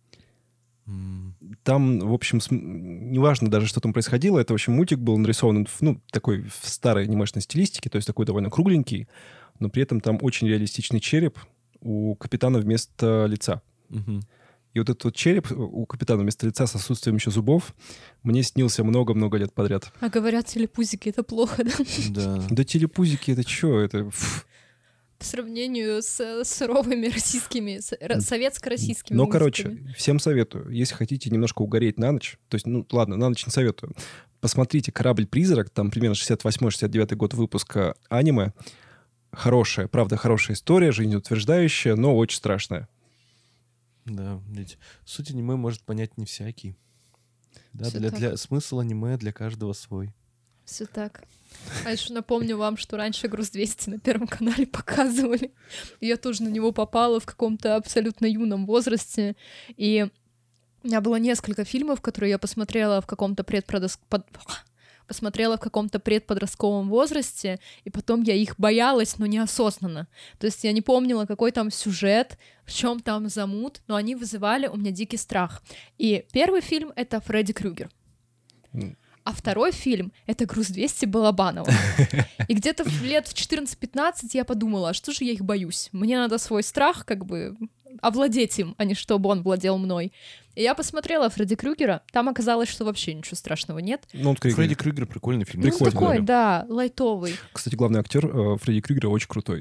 М, Там, в общем, см- неважно даже, что там происходило, это, в общем, мультик был нарисован в, ну, такой в старой анимешной стилистике, то есть такой довольно кругленький, но при этом там очень реалистичный череп у капитана вместо лица. мгм. И вот этот вот череп у капитана вместо лица с отсутствием еще зубов мне снился много-много лет подряд. А говорят, телепузики — это плохо, да? Да. Да телепузики, это что? Это... пф. По сравнению с э, суровыми российскими, с- ро- советско-российскими Но, мультиками. короче, всем советую. Если хотите немножко угореть на ночь, то есть, ну, ладно, на ночь не советую. Посмотрите «Корабль-призрак», там примерно шестьдесят восьмой шестьдесят девятый год выпуска аниме. Хорошая, правда, хорошая история, жизнеутверждающая, но очень страшная. Да, ведь суть аниме может понять не всякий. Да, Всё для, так. для смысл аниме для каждого свой. Все так. А еще напомню вам, что раньше «Груз двести» на Первом канале показывали. И я тоже на него попала в каком-то абсолютно юном возрасте. И у меня было несколько фильмов, которые я посмотрела в каком-то предпродос... под- посмотрела в каком-то предподростковом возрасте, и потом я их боялась, но неосознанно. То есть я не помнила, какой там сюжет, в чем там замут, но они вызывали у меня дикий страх. И первый фильм — это Фредди Крюгер. М. А второй фильм — это «Груз двести» Балабанова. И где-то в лет в четырнадцать-пятнадцать я подумала, а что же я их боюсь? Мне надо свой страх как бы овладеть им, а не чтобы он владел мной. И я посмотрела Фредди Крюгера, там оказалось, что вообще ничего страшного нет. Ну, он скорее Фредди говорит. Крюгер прикольный фильм. Ну, Прикольно, такой, да. да, лайтовый. Кстати, главный актер э, Фредди Крюгера очень крутой.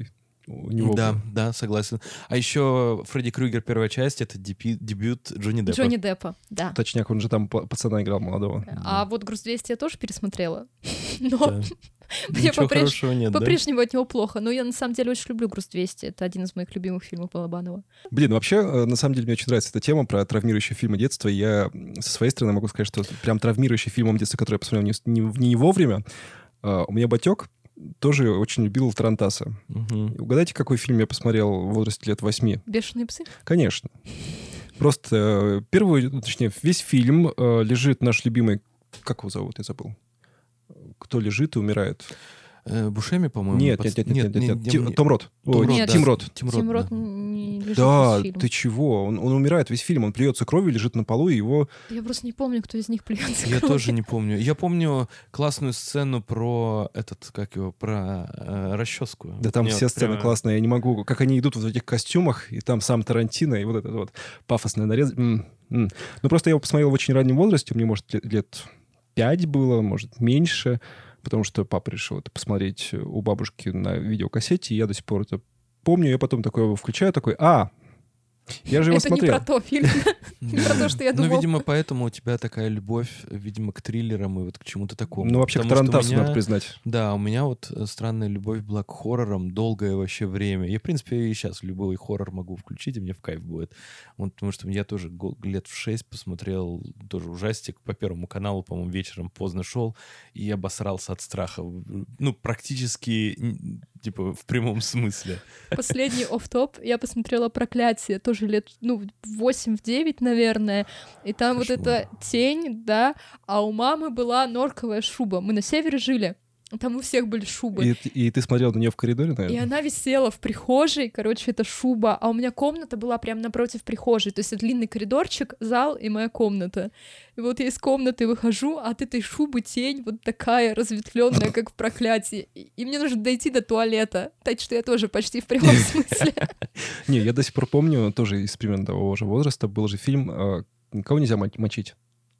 у него... Да, да, согласен. А еще Фредди Крюгер первая часть — это дебют, дебют Джонни Деппа. Джонни Деппа, да. Точняк, он же там п- пацана играл молодого. А вот «Груз двести» я тоже пересмотрела. Но Да. мне Ничего попрежь- хорошего нет, да? по-прежнему от него плохо. Но я на самом деле очень люблю «Груз двести». Это один из моих любимых фильмов Балабанова. Блин, вообще, э, на самом деле, мне очень нравится эта тема про травмирующие фильмы детства. Я м, со своей стороны могу сказать, что прям травмирующий фильм детства, который я посмотрел не, с- не, в- не вовремя, э, у меня батек тоже очень любил Тарантаса. Мгм. Угадайте, какой фильм я посмотрел в возрасте лет восьми? «Бешеные псы»? Конечно. Просто э, первый, ну, точнее, весь фильм э, лежит наш любимый... Как его зовут? Я забыл. Кто лежит и умирает? Э, Бушеми, по-моему? Нет, пац- нет, нет, нет, нет, не- нет. не- Ти- не- Том Рот. Том Ой, Рот, Нет. да. Тим Рот. Тим Тим Рот, Рот да. не лежит Да, весь фильм. ты чего? Он, он умирает весь фильм. Он плюется кровью, лежит на полу, и его... Я просто не помню, кто из них плюется Я кровью. тоже не помню. Я помню классную сцену про этот, как его, про э, расческу. Да там Мне все сцены прямо- классные. Я не могу... Как они идут вот в этих костюмах, и там сам Тарантино, и вот это вот пафосное нарез. М, м. Ну, просто я его посмотрел в очень раннем возрасте. Мне, может, лет, лет пять было, может, меньше. Потому что папа решил это посмотреть у бабушки на видеокассете, и я до сих пор это помню. Я потом такой его включаю, такой, а, я же его Это не смотрел. про то фильм. Не про то, что я Ну, думал. видимо, поэтому у тебя такая любовь, видимо, к триллерам и вот к чему-то такому. Ну, вообще, к Потому что у Тарантасу меня- надо признать. Да, у меня вот э, странная любовь была к хоррорам долгое вообще время. Я, в принципе, и сейчас любой хоррор могу включить, и мне в кайф будет. Вот, потому что я тоже го- лет в шесть посмотрел тоже ужастик по Первому каналу, по-моему, вечером поздно шел, и обосрался от страха. Ну, практически, н- типа, в прямом смысле. Последний офф-топ. Я посмотрела «Проклятие», тоже лет, ну, восемь-девять, наверное. И там вот Кошмар. эта тень, да, а у мамы была норковая шуба. Мы на севере жили, там у всех были шубы. И, ты- и ты смотрел на нее в коридоре, И наверное? она висела в прихожей, короче, это шуба, а у меня комната была прямо напротив прихожей, то есть это длинный коридорчик, зал и моя комната. И вот я из комнаты выхожу, а от этой шубы тень вот такая разветвленная, как в «Проклятии». И и мне нужно дойти до туалета, так что я тоже почти в прямом смысле. Не, я до сих пор помню, тоже из примерно того же возраста, был же фильм э, «Кого нельзя мо- мочить».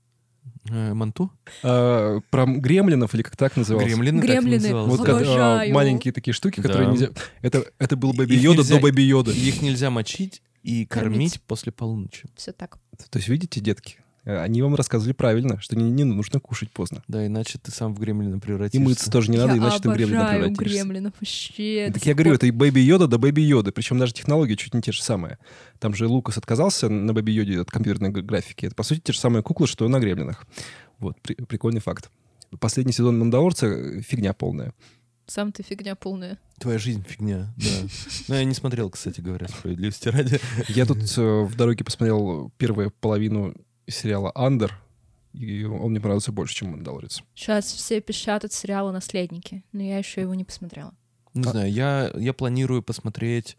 Э, Манту? Э, про гремлинов, или как так назывался? Гремлины, Гремлины. так и называлось, Вот да. как, э, Обожаю. маленькие такие штуки, которые Да. нельзя... Это, это был Бэби Их Йода нельзя- до Бэби Йода. Их нельзя мочить и кормить, Кормить. после полуночи. Все так. То есть, видите, детки, э, они вам рассказывали правильно, что не, не нужно кушать поздно. Да, иначе ты сам в гремлина превратишься. И мыться тоже не надо, Я иначе ты в гремлина обожаю превратишься. гремлинов вообще. Так до я сих говорю, пор. это и Бэби Йода до Бэби Йоды. Причем даже технологии чуть не те же самые. Там же Лукас отказался на Бэби Йоде от компьютерной г- графики. Это, по сути, те же самые куклы, что и на гремлинах. Вот, при- прикольный факт. Последний сезон «Мандалорца» — фигня полная. Сам ты фигня полная. Твоя жизнь фигня, да. Но я не смотрел, кстати говоря, справедливости ради. Я тут э, в дороге посмотрел первую половину сериала «Андер», и он мне понравился больше, чем «Мандалорец». Сейчас все пищат от сериала «Наследники», но я еще его не посмотрела. Не А- знаю, я, я планирую посмотреть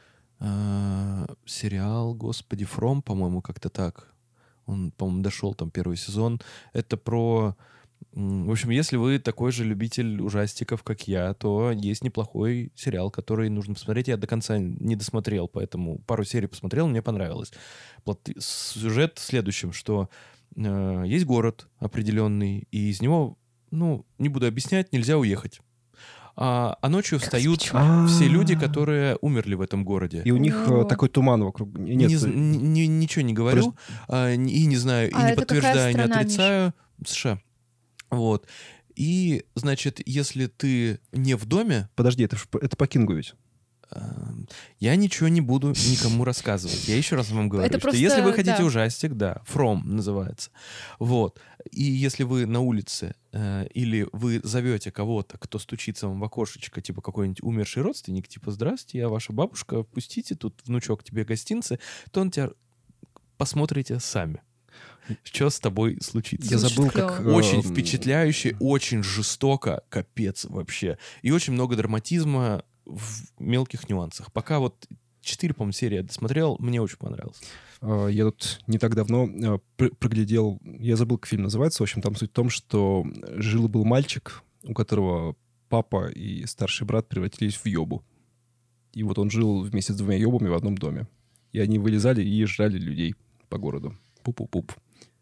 э, сериал, господи, «Фром», по-моему, как-то так. Он, по-моему, дошел там первый сезон. Это про... м, В общем, если вы такой же любитель ужастиков, как я, то есть неплохой сериал, который нужно посмотреть. Я до конца не досмотрел, поэтому пару серий посмотрел, мне понравилось. Плот- Сюжет в следующем, что э, есть город определенный, и из него, ну, не буду объяснять, нельзя уехать. А, а ночью встают почему? все люди, которые умерли в этом городе. И у них э, О. такой туман вокруг. Нет, Не з- н- ни- ничего не говорю, а, н- и не знаю, и А не это какая подтверждаю, не страна, отрицаю. США. Вот. И, значит, если ты не в доме, подожди, это, ж по- это по Кингу ведь. эм, я ничего не буду никому рассказывать. Я еще раз вам говорю, Это что просто, если вы хотите да. ужастик, да, From называется. Вот. И если вы на улице э, или вы зовете кого-то, кто стучится вам в окошечко, типа какой-нибудь умерший родственник, типа «Здрасте, я ваша бабушка, пустите, тут внучок тебе гостинцы», то он тебя посмотрите сами. Что с тобой случится? Я Слушай, забыл, клёво. как... э, Очень впечатляюще, очень жестоко, капец вообще. И очень много драматизма в мелких нюансах. Пока вот четыре, по-моему, серии я досмотрел, мне очень понравилось. Э, Я тут не так давно э, пр- проглядел, я забыл, как фильм называется. В общем, там суть в том, что жил-был мальчик, у которого папа и старший брат превратились в ёбу. И вот он жил вместе с двумя ёбами в одном доме. И они вылезали и жрали людей по городу. Пуп-пуп-пуп.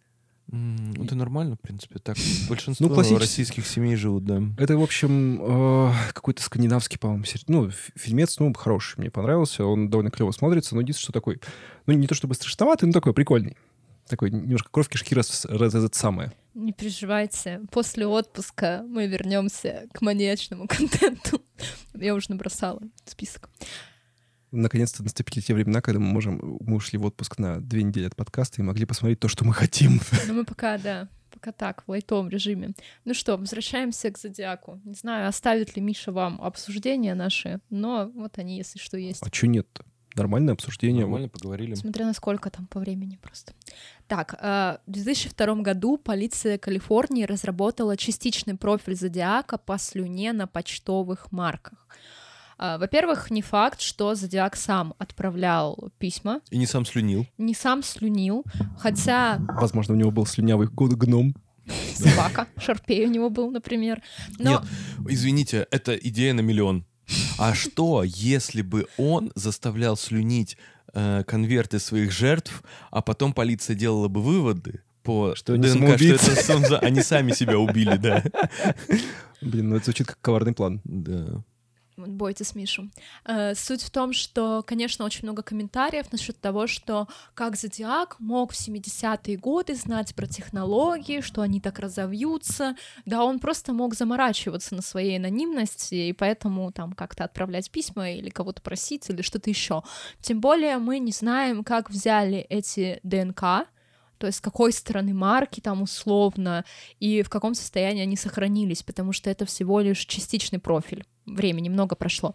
М, Это нормально, в принципе. Так большинство Ну, классический- российских семей живут, да. Это, в общем, э, какой-то скандинавский, по-моему, сер- ну, ф- фильмец, ну, хороший, мне понравился, он довольно клево смотрится, но единственное, что такой, ну, не то чтобы страшноватый, но такой прикольный. Такой немножко кровь кишки раз, раз, это самое. Не переживайте, после отпуска мы вернемся к маньячному контенту. Я уже набросала список. Наконец-то наступили те времена, когда мы можем, мы ушли в отпуск на две недели от подкаста и могли посмотреть то, что мы хотим. Но мы пока, да, пока так, в лайтовом режиме. Ну что, возвращаемся к Зодиаку. Не знаю, оставит ли Миша вам обсуждения наши, но вот они, если что, есть. А что нет-то? Нормальное обсуждение. Нормально поговорили. Смотря на сколько там по времени просто. Так, э, в две тысячи втором году полиция Калифорнии разработала частичный профиль Зодиака по слюне на почтовых марках. Э, Во-первых, не факт, что Зодиак сам отправлял письма, И не сам слюнил. не сам слюнил, хотя Возможно, у него был слюнявый год гном. собака, Шарпей у него был, например. Но Нет, извините, это идея на миллион. А что, если бы он заставлял слюнить э, конверты своих жертв, а потом полиция делала бы выводы по Что они ДНК, что самоубийцы. это сам за- они сами себя убили, да. Блин, ну это звучит как коварный план. Да. бойтесь Мишу. Э, Суть в том, что, конечно, очень много комментариев насчет того, что как Зодиак мог в семидесятые годы знать про технологии, что они так разовьются. Да, он просто мог заморачиваться на своей анонимности, и поэтому там как-то отправлять письма или кого-то просить, или что-то еще. Тем более мы не знаем, как взяли эти ДНК, то есть с какой стороны марки там условно, и в каком состоянии они сохранились, потому что это всего лишь частичный профиль. Времени много прошло.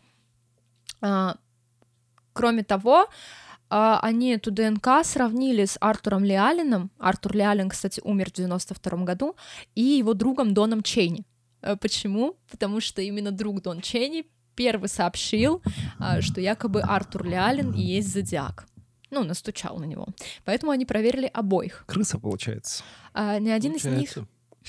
А, кроме того, а, они эту ДНК сравнили с Артуром Леалином. Артур Леалин, кстати, умер в девяносто втором году, и его другом Доном Чейни. А, почему? Потому что именно друг Дон Чейни первый сообщил, а, что якобы Артур Леалин и есть Зодиак. Ну, настучал на него. Поэтому они проверили обоих. Крыса, получается. А, ни один из них, Получается.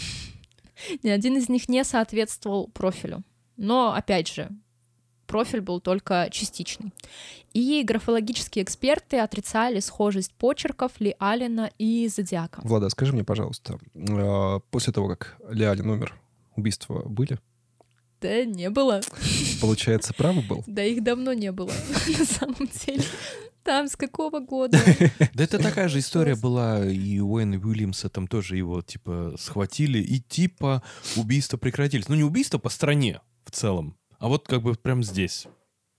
ни один из них не соответствовал профилю. Но, опять же, профиль был только частичный. И графологические эксперты отрицали схожесть почерков Леалина и Зодиака. Влада, скажи мне, пожалуйста, а, после того, как Леалин умер, убийства были? Да не было. Получается, правый был? Да их давно не было, на самом деле. Там с какого года? Да это такая же история была и у Уэйна Уильямса, там тоже его, типа, схватили, и типа убийства прекратились. Ну, не убийства по стране в целом, а вот как бы прям здесь.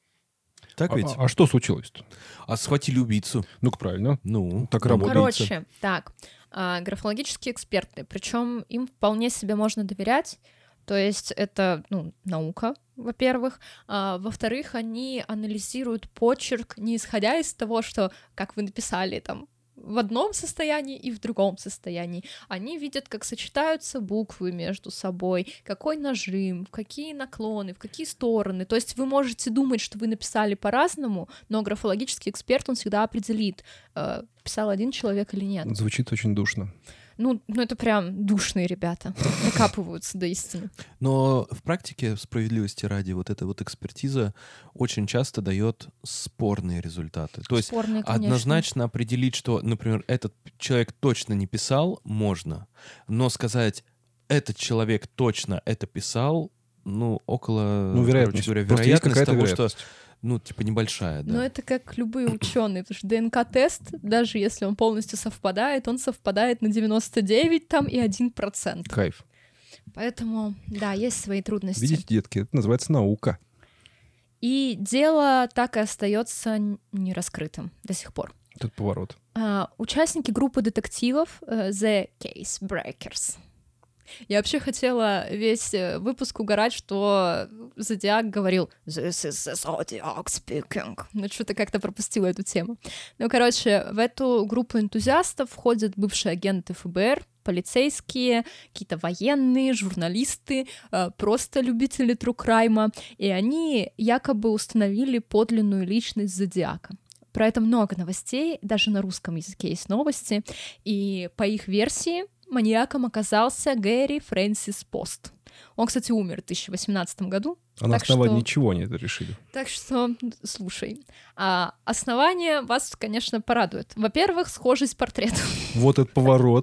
Так А, ведь? а- а что случилось-то? А схватили убийцу. Ну-ка, правильно. Ну, Так он работает. убийца. Короче, так, а, графологические эксперты, причем им вполне себе можно доверять, то есть это, ну, наука, во-первых, а, во-вторых, они анализируют почерк не исходя из того, что, как вы написали, там, в одном состоянии и в другом состоянии. Они видят, как сочетаются буквы между собой, какой нажим, в какие наклоны, в какие стороны. То есть вы можете думать, что вы написали по-разному, но графологический эксперт, он всегда определит, э, писал один человек или нет. Звучит очень душно. Ну, ну это прям душные ребята, докапываются до истины. Но в практике, справедливости ради, вот эта вот экспертиза очень часто дает спорные результаты. То есть Спорные, конечно. однозначно определить, что, например, этот человек точно не писал, можно, но сказать, этот человек точно это писал, ну, около, Ну, вероятность. короче говоря, Просто есть вероятность какая-то того, вероятность. что, ну, типа, небольшая, да. Но это как любые ученые, потому что ДНК-тест, даже если он полностью совпадает, он совпадает на девяносто девять там и один процент. Кайф. Поэтому, да, есть свои трудности. Видите, детки, это называется наука. И дело так и остается нераскрытым до сих пор. Этот поворот. А, участники группы детективов э, The Case Breakers. Я вообще хотела весь э, выпуск угорать, что Зодиак говорил «This is the Zodiac speaking». Ну, что-то как-то пропустила эту тему. Ну, короче, в эту группу энтузиастов входят бывшие агенты эф бэ эр, полицейские, какие-то военные, журналисты, э, просто любители тру-крайма, и они якобы установили подлинную личность Зодиака. Про это много новостей, даже на русском языке есть новости, и по их версии маньяком оказался Гэри Фрэнсис Пост. Он, кстати, умер в две тысячи восемнадцатом году. А на так основании что- чего они это решили? Так что, слушай, а, основание вас, конечно, порадует. Во-первых, схожесть портретов. Вот этот поворот.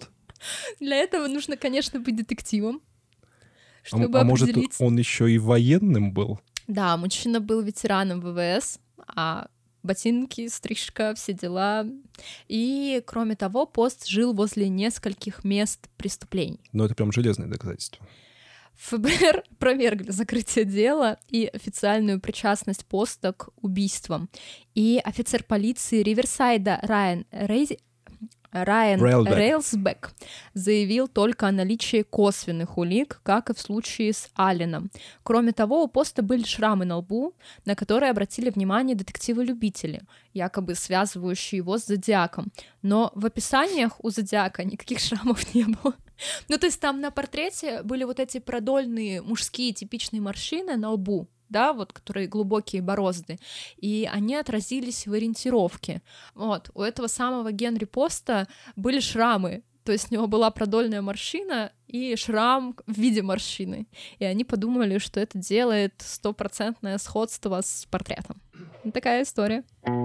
Для этого нужно, конечно, быть детективом, А, чтобы а может, определить... он еще и военным был? Да, мужчина был ветераном ВВС, а ботинки, стрижка, все дела. И, кроме того, Пост жил возле нескольких мест преступлений. Ну, это прям железное доказательство. ФБР опровергли закрытие дела и официальную причастность Поста к убийствам. И офицер полиции Риверсайда Райан Рейзи... Райан Рейлбек. Рейлсбек заявил только о наличии косвенных улик, как и в случае с Алленом. Кроме того, у Поста были шрамы на лбу, на которые обратили внимание детективы-любители, якобы связывающие его с Зодиаком. Но в описаниях у Зодиака никаких шрамов не было. Ну, то есть там на портрете были вот эти продольные мужские типичные морщины на лбу, да, вот, которые глубокие борозды, и они отразились в ориентировке. Вот, у этого самого Генри Поста были шрамы, то есть у него была продольная морщина и шрам в виде морщины, и они подумали, что это делает стопроцентное сходство с портретом. Вот такая история.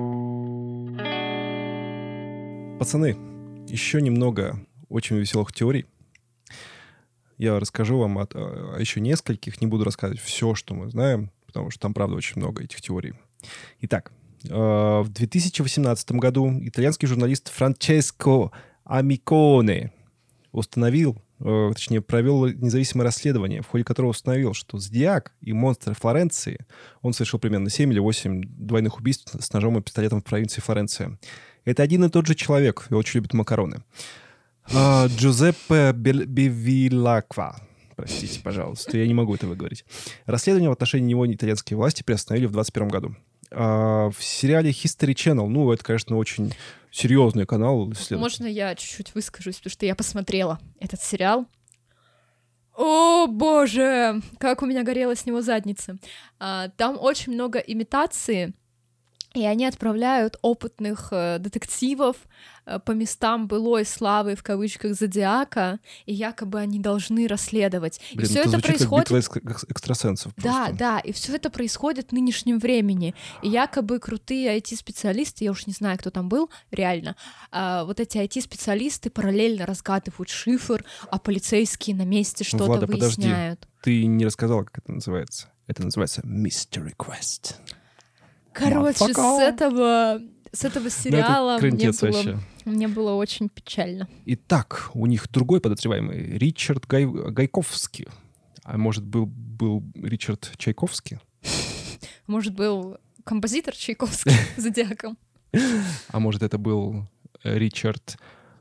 Пацаны, еще немного очень веселых теорий. Я расскажу вам о, о еще нескольких, не буду рассказывать все, что мы знаем, потому что там, правда, очень много этих теорий. Итак, э, в две тысячи восемнадцатом году итальянский журналист Франческо Амиконе установил, э, точнее, провел независимое расследование, в ходе которого установил, что Зодиак и монстр Флоренции, он совершил примерно семь или восемь двойных убийств с ножом и пистолетом в провинции Флоренция. Это один и тот же человек, и очень любит макароны. А, Джузеппе Бевилаква. Простите, пожалуйста, я не могу это выговорить. Расследование в отношении него итальянские власти приостановили в двадцать первом году. А, в сериале History Channel, ну, это, конечно, очень серьезный канал. Можно я чуть-чуть выскажусь, потому что я посмотрела этот сериал. О, боже, как у меня горела с него задница. А, там очень много имитации, и они отправляют опытных э, детективов э, по местам былой славы, в кавычках, Зодиака, и якобы они должны расследовать. Блин, и все это это происходит... как битва экс- экстрасенсов просто. Да, да, и все это происходит в нынешнем времени. И якобы крутые ай ти-специалисты, я уж не знаю, кто там был, реально, а, вот эти ай ти-специалисты параллельно разгадывают шифр, а полицейские на месте что-то Влада, выясняют. Подожди. Ты не рассказала, как это называется. Это называется Mystery Quest. Короче, с этого, с этого сериала это мне, кринтец было, вообще. мне было очень печально. Итак, у них другой подозреваемый, Ричард Гай... Гайковский. А может, был, был Ричард Чайковский? Может, был композитор Чайковский Зодиаком? А может, это был Ричард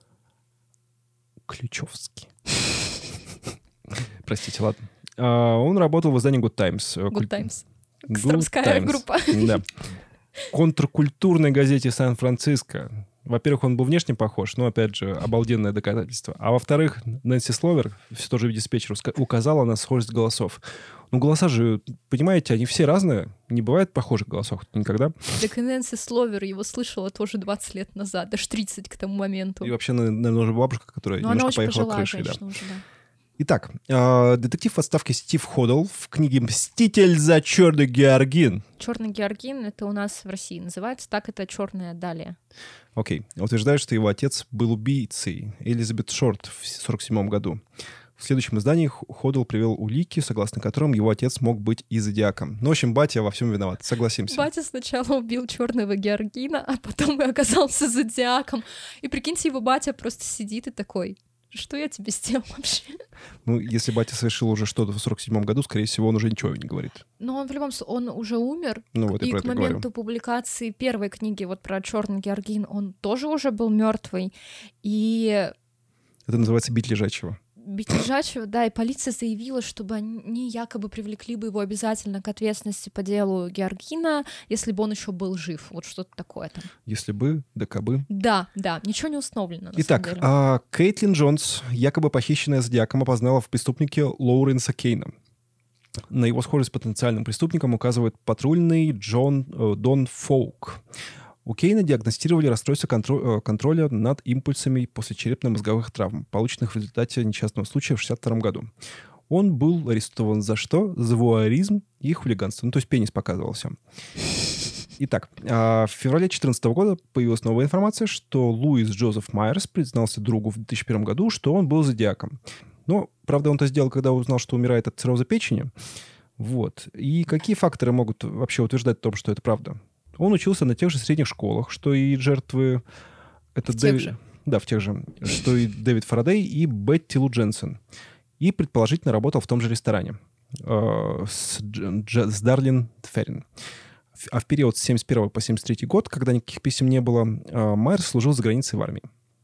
Ключевский? Простите, ладно. А, он работал в издании Good Times. Good Times. Good Костромская Times. группа. Да. Контркультурной газете Сан-Франциско. Во-первых, он был внешне похож, но, опять же, обалденное доказательство. А во-вторых, Нэнси Словер, все тоже диспетчер, указала на схожесть голосов. Ну, голоса же, понимаете, они все разные. Не бывает похожих голосов никогда. Так и Нэнси Словер его слышала тоже двадцать лет назад, даже тридцать к тому моменту. И вообще, наверное, уже бабушка, которая Но она немножко очень поехала пожилая крышей. Да. женщина уже, да. Итак, э, детектив в отставке Стив Ходл в книге «Мститель за черный георгин». Черный георгин — это у нас в России называется, так это черная далия. Окей. Утверждает, что его отец был убийцей Элизабет Шорт в сорок седьмом году. В следующем издании Ходл привел улики, согласно которым его отец мог быть и зодиаком. Ну, в общем, батя во всем виноват, согласимся. Батя сначала убил черного георгина, а потом и оказался зодиаком. И прикиньте, его батя просто сидит и такой: что я тебе сделал вообще? Ну, если батя совершил уже что-то в сорок седьмом году, скорее всего, он уже ничего не говорит. Но он в любом случае, он уже умер. Ну, вот я и про к это моменту говорю. публикации первой книги вот про черный георгин он тоже уже был мертвый. И Это называется «бить лежачего». бить лежачего, да, и полиция заявила, чтобы они якобы привлекли бы его обязательно к ответственности по делу Георгина, если бы он еще был жив. Вот что-то такое там. Если бы, да кабы. Да, да, ничего не установлено, на Итак, самом деле. а, Кейтлин Джонс, якобы похищенная зодиаком, опознала в преступнике Лоуренса Кейна. На его схожесть с потенциальным преступником указывает патрульный Джон э, Дон Фоук. У Кейна диагностировали расстройство контро- контроля над импульсами после черепно-мозговых травм, полученных в результате несчастного случая в шестьдесят втором году. Он был арестован за что? За вуайеризм и хулиганство. Ну, то есть пенис показывался. Итак, а, в феврале две тысячи четырнадцатого года появилась новая информация, что Луис Джозеф Майерс признался другу в две тысячи первом году, что он был зодиаком. Но, правда, он это сделал, когда узнал, что умирает от цирроза печени. Вот. И какие факторы могут вообще утверждать о том, что это правда? Он учился на тех же средних школах, что и жертвы... Это В Дэв... тех же. Да, в тех же. Что и Дэвид Фарадей и Бетти Лу Дженсен. И, предположительно, работал в том же ресторане э, с, Дж... с Дарлин Феррин. А в период с семьдесят первого по семьдесят третий год, когда никаких писем не было, э, Майерс служил за границей в армии.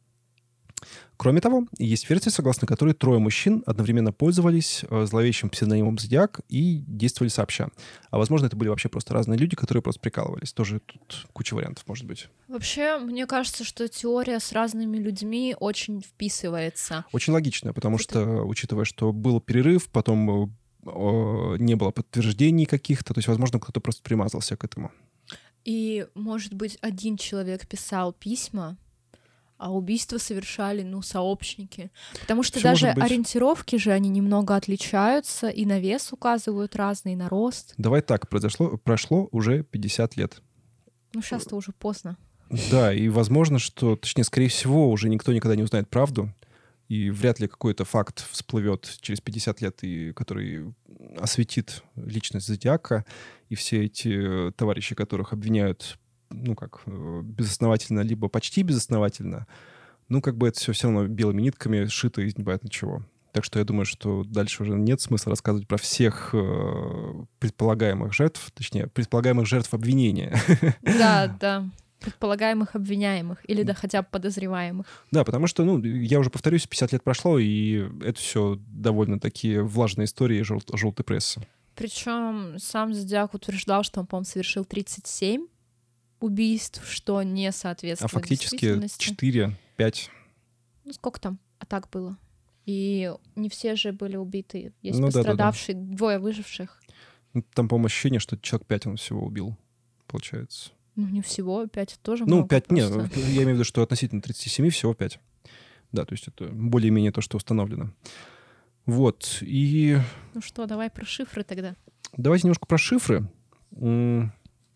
Кроме того, есть версия, согласно которой трое мужчин одновременно пользовались э, зловещим псевдонимом Зодиак и действовали сообща. А возможно, это были вообще просто разные люди, которые просто прикалывались. Тоже тут куча вариантов может быть. Вообще, мне кажется, что теория с разными людьми очень вписывается. Очень логично, потому Это- что, учитывая, что был перерыв, потом э, э, не было подтверждений каких-то, то есть, возможно, кто-то просто примазался к этому. И, может быть, один человек писал письма, а убийства совершали, ну, сообщники. Потому что Всё даже может быть. ориентировки же, они немного отличаются, и на вес указывают разный, и на рост. Давай так, произошло, прошло уже пятьдесят лет. Ну, сейчас-то уже поздно. Да, и возможно, что, точнее, скорее всего, уже никто никогда не узнает правду, и вряд ли какой-то факт всплывет через пятьдесят лет, и который осветит личность Зодиака, и все эти э, товарищи, которых обвиняют, ну, как, э, безосновательно, либо почти безосновательно, ну, как бы это все все равно белыми нитками сшито из непонятно чего. Так что я думаю, что дальше уже нет смысла рассказывать про всех э, предполагаемых жертв, точнее, предполагаемых жертв обвинения. Да, да. Предполагаемых обвиняемых или да хотя бы подозреваемых. Да, потому что, ну, я уже повторюсь, пятьдесят лет прошло, и это все довольно такие влажные истории жел- желтой прессы. Причем сам Зодиак утверждал, что он, по-моему, совершил тридцать семь убийств, что не А соответствует фактически действительности. четыре пять. Ну, сколько там атак было? И не все же были убиты. Есть Ну да, да, да. пострадавшие, двое выживших. Ну, там, по-моему, ощущение, что человек пять он всего убил, получается. Ну, не всего, пять тоже Ну, много. пять нет, просто. я имею в виду, что относительно тридцати семи всего пять. Да, то есть это более-менее то, что установлено. Вот, и Ну что, давай про шифры тогда. давайте немножко про шифры. М,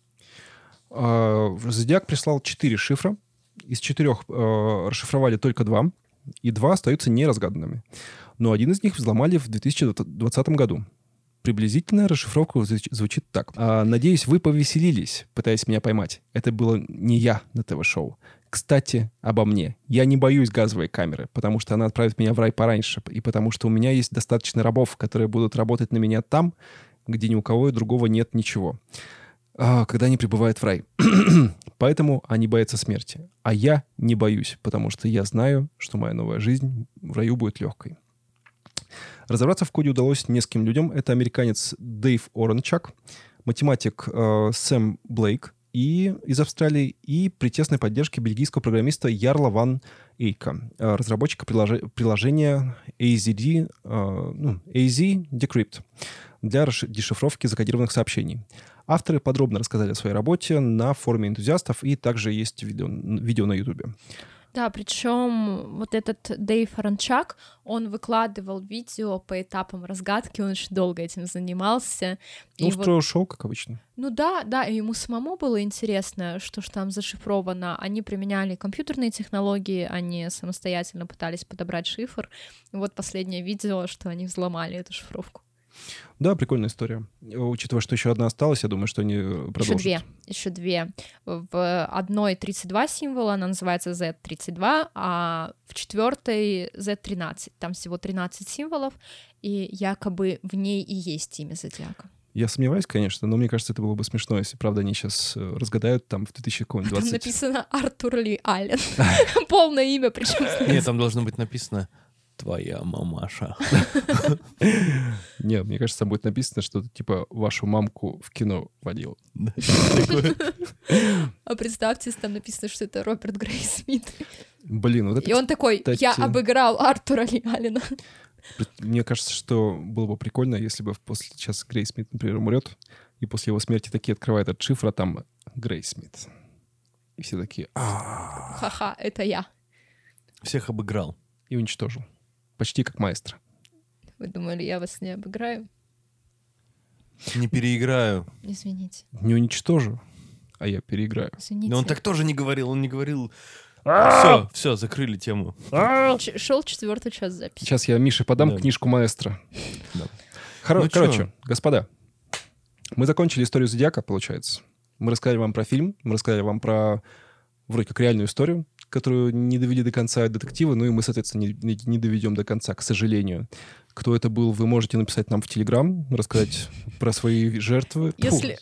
а, Зодиак прислал четыре шифра. Из четырех э, расшифровали только два, и два остаются неразгаданными. Но один из них взломали в две тысячи двадцатом году. Приблизительная расшифровка звуч- звучит так. А, «Надеюсь, вы повеселились, пытаясь меня поймать. Это было не я на ТВ-шоу. Кстати, обо мне. Я не боюсь газовой камеры, потому что она отправит меня в рай пораньше, и потому что у меня есть достаточно рабов, которые будут работать на меня там, где ни у кого другого нет ничего, а, когда они прибывают в рай. Поэтому они боятся смерти. А я не боюсь, потому что я знаю, что моя новая жизнь в раю будет легкой». Разобраться в коде удалось нескольким людям. Это американец Дэйв Оранчак, математик э, Сэм Блейк и, из Австралии и при тесной поддержке бельгийского программиста Ярла ван Эйка, э, разработчика прилож- приложения эй зет ди, э, ну, эй зет Decrypt для расши- дешифровки закодированных сообщений. Авторы подробно рассказали о своей работе на форуме энтузиастов, и также есть видео, видео на Ютубе. Да, причем вот этот Дэйв Оранчак, он выкладывал видео по этапам разгадки, он очень долго этим занимался. Ну, И вот- устроил шоу, как обычно. ну да, да, и ему самому было интересно, что ж там зашифровано. Они применяли компьютерные технологии, они самостоятельно пытались подобрать шифр. И вот последнее видео, что они взломали эту шифровку. Да, прикольная история. Учитывая, что еще одна осталась, я думаю, что они Еще продолжат. две, еще две. В одной тридцать два символа, она называется зет тридцать два, а в четвертой зет тринадцать. Там всего тринадцать символов, и якобы в ней и есть имя Зодиака. Я сомневаюсь, конечно, но мне кажется, это было бы смешно, если, правда, они сейчас э, разгадают там в две тысячи Там двадцатом. написано Артур Ли Аллен. Полное имя, причем. Нет, там должно быть написано «Твоя мамаша». Нет, мне кажется, там будет написано что-то типа «Вашу мамку в кино водил». А представьте, там написано, что это Роберт Грей Смит. Блин, вот это... И он такой: я кстати, обыграл Артура Ли Аллена. Мне кажется, что было бы прикольно, если бы после сейчас Грей Смит, например, умрет, и после его смерти такие открывают этот шифр, а там Грей Смит. И все такие «А-а-а», Ха-ха, это я. Всех обыграл. и уничтожил. Почти как маэстро. Вы думали, я вас не обыграю? Не переиграю. Извините. Не уничтожу, А я переиграю. Извините. Но он так тоже не говорил, он не говорил... Все, все, закрыли тему. Ч- Шел четвертый час записи. Сейчас я Мише подам Да. книжку маэстро. Да. Хоро- Ну чё? Короче, господа, мы закончили историю Зодиака, получается. Мы рассказали вам про фильм, мы рассказали вам про вроде как реальную историю, которую не довели до конца детектива, ну и мы, соответственно, не, не- не доведем до конца, к сожалению. Кто это был, вы можете написать нам в Телеграм, рассказать про свои жертвы. Тьфу, Если...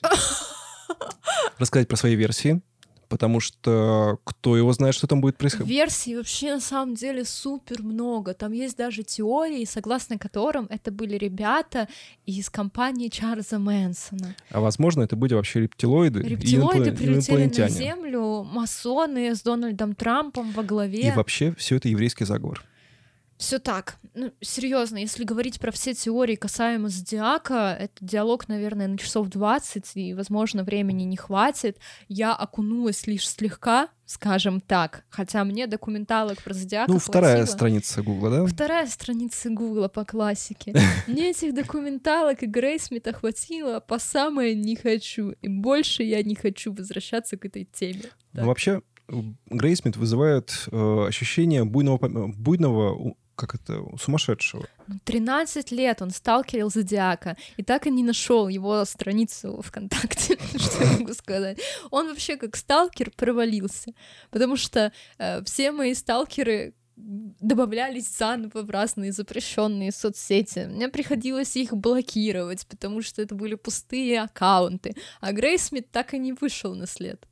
рассказать про свои версии, потому что кто его знает, что там будет происходить. Версий вообще на самом деле супер много. Там есть даже теории, согласно которым это были ребята из компании Чарльза Мэнсона. А возможно, это были вообще рептилоиды, и Рептилоиды инопло- прилетели на инопланетяне. Землю, масоны с Дональдом Трампом во главе. И вообще все это еврейский заговор. Все так. Ну, серьезно, если говорить про все теории касаемо Зодиака, это диалог, наверное, на часов двадцать, и, возможно, времени не хватит. Я окунулась лишь слегка, скажем так, хотя мне документалок про Зодиака Ну, вторая хватило. страница Гугла, да? Вторая страница Гугла по классике. Мне этих документалок и Грейсмита хватило по самое не хочу, и больше я не хочу возвращаться к этой теме. Ну, Так. вообще, Грейсмит вызывает э, ощущение буйного, пом- буйного, у- как это, сумасшедшего. тринадцать лет он сталкерил Зодиака, и так и не нашел его страницу ВКонтакте, что я могу сказать. Он вообще как сталкер провалился, потому что э, все мои сталкеры добавлялись заново в разные запрещенные соцсети. Мне приходилось их блокировать, потому что это были пустые аккаунты, а Грейсмит так и не вышел на след.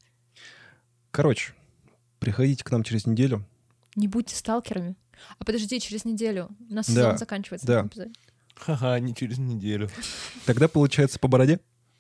Короче, приходите к нам через неделю. Не будьте сталкерами. А подожди, через неделю. У нас Да, сезон заканчивается. да. на этом эпизоде. Ха-ха, не через неделю. Тогда получается по бороде.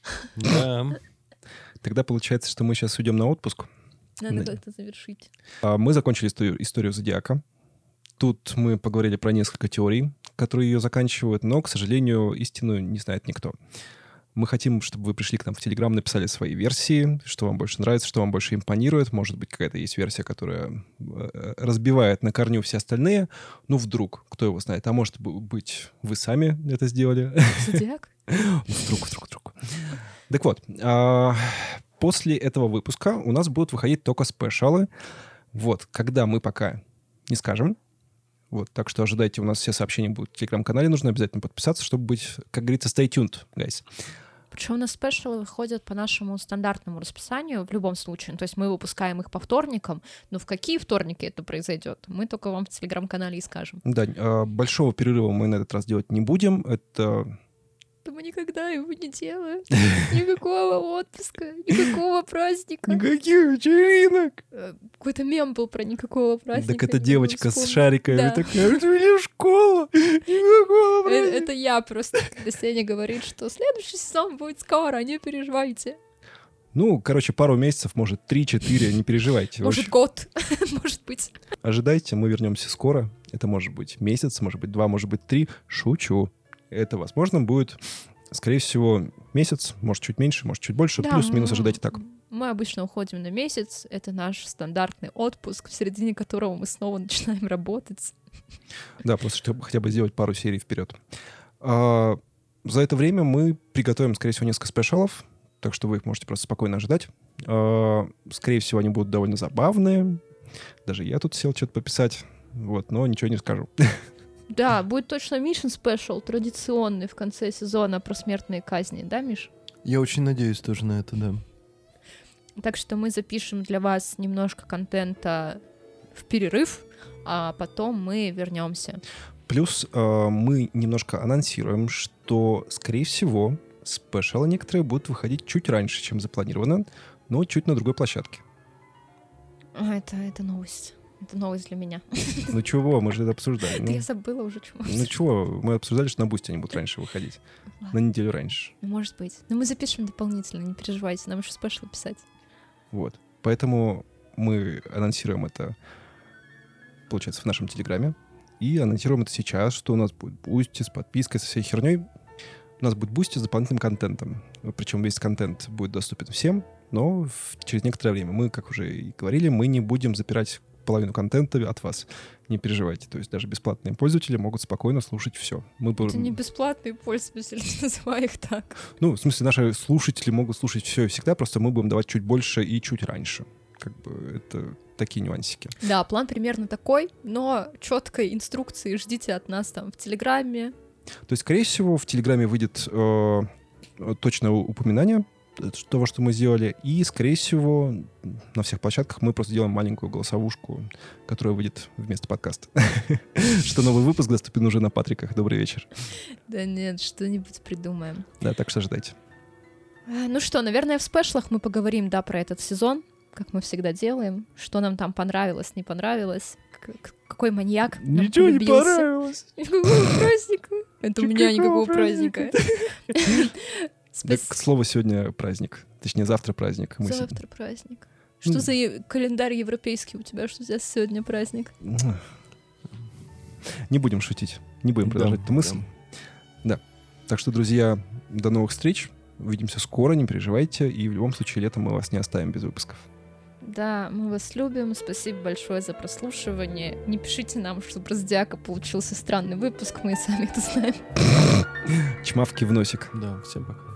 Да. Тогда получается, что мы сейчас уйдем на отпуск. Надо Да. как-то завершить. А Мы закончили историю, историю Зодиака. Тут мы поговорили про несколько теорий, которые ее заканчивают, но, к сожалению, истину не знает никто. Мы хотим, чтобы вы пришли к нам в Телеграм, написали свои версии, что вам больше нравится, что вам больше импонирует. Может быть, какая-то есть версия, которая э, разбивает на корню все остальные. Ну, вдруг, кто его знает. А может б- быть, вы сами это сделали. Зодиак? Ну, Вдруг, вдруг, вдруг. Так вот, а, после этого выпуска у нас будут выходить только спешалы. Вот, когда мы пока не скажем. Вот, так что ожидайте, у нас все сообщения будут в Телеграм-канале. Нужно обязательно подписаться, чтобы быть, как говорится, stay tuned, guys. Причем у нас спешалы выходят по нашему стандартному расписанию в любом случае. Ну, то есть мы выпускаем их по вторникам, но в какие вторники это произойдет, мы только вам в Телеграм-канале и скажем. Да, а, большого перерыва мы на этот раз делать не будем. Это Да мы никогда его не делаем. Никакого отпуска, никакого праздника. никаких вечеринок. Э, Какой-то мем был про никакого праздника. Так это не могу девочка с вспомнить. шариками Да. такая, это не школа, никакого Э, праздника. Это я просто, когда Сеня говорит, что следующий сезон будет скоро, не переживайте. Ну, короче, пару месяцев, может, три-четыре, не переживайте. Может, Вообще, год, может быть. ожидайте, мы вернемся скоро. Это может быть месяц, может быть два, может быть три. Шучу. Это, возможно, будет, скорее всего, месяц, может, чуть меньше, может, чуть больше. Да, Плюс-минус м, ожидайте так. Мы обычно уходим на месяц, это наш стандартный отпуск, в середине которого мы снова начинаем работать. Да, просто чтобы хотя бы сделать пару серий вперед. А, за это время мы приготовим, скорее всего, несколько спешалов, так что вы их можете просто спокойно ожидать. А, скорее всего, они будут довольно забавные. Даже я тут сел что-то пописать, вот, но ничего не скажу. Да, будет точно Mission Special, традиционный в конце сезона про смертные казни, да, Миш? Я очень надеюсь тоже на это, да. Так что мы запишем для вас немножко контента в перерыв, а потом мы вернемся. Плюс э, мы немножко анонсируем, что, скорее всего, спешалы некоторые будут выходить чуть раньше, чем запланировано, но чуть на другой площадке. А, Это, это новость. Это новость для меня. Ну чего, мы же это обсуждали. Да Ну, я забыла уже, чему. ну чего, мы обсуждали, что на Бусти они будут раньше выходить. На неделю раньше. Может быть. Но мы запишем дополнительно, не переживайте, нам еще спешлы писать. Вот. Поэтому мы анонсируем это, получается, в нашем Телеграме. И анонсируем это сейчас, что у нас будет Бусти с подпиской, со всей херней. У нас будет Бусти с дополнительным контентом. Причем весь контент будет доступен всем, но в- через некоторое время. Мы, как уже и говорили, мы не будем запирать половину контента от вас. Не переживайте. То есть даже бесплатные пользователи могут спокойно слушать все. Мы бы... Это не бесплатные пользователи, не называй их так. Ну, в смысле, наши слушатели могут слушать все и всегда, просто мы будем давать чуть больше и чуть раньше. Как бы это такие нюансики. Да, план примерно такой, но четкой инструкции ждите от нас там в Телеграме. То есть, скорее всего, в Телеграме выйдет э, точное упоминание того, что мы сделали, и, скорее всего, на всех площадках мы просто делаем маленькую голосовушку, которая выйдет вместо подкаста. Что новый выпуск доступен уже на Патриках. Добрый вечер. Да нет, что-нибудь придумаем. Да, так что ждайте. Ну что, наверное, в спешлах мы поговорим, да, про этот сезон, как мы всегда делаем, что нам там понравилось, не понравилось, какой маньяк нам Ничего не полюбился. понравилось. Никакого праздника. Это у меня никакого праздника. Да, к слову, сегодня праздник. Точнее, завтра праздник. Мы Завтра праздник. Что за е- календарь европейский у тебя? Что здесь сегодня праздник? Не будем шутить. Не будем продолжать эту мысль. Да. Так что, друзья, до новых встреч. Увидимся скоро, не переживайте. И в любом случае, летом мы вас не оставим без выпусков. Да, мы вас любим. Спасибо большое за прослушивание. Не пишите нам, что про Зодиака получился странный выпуск. Мы и сами это знаем. Чмавки в носик. Да, всем пока.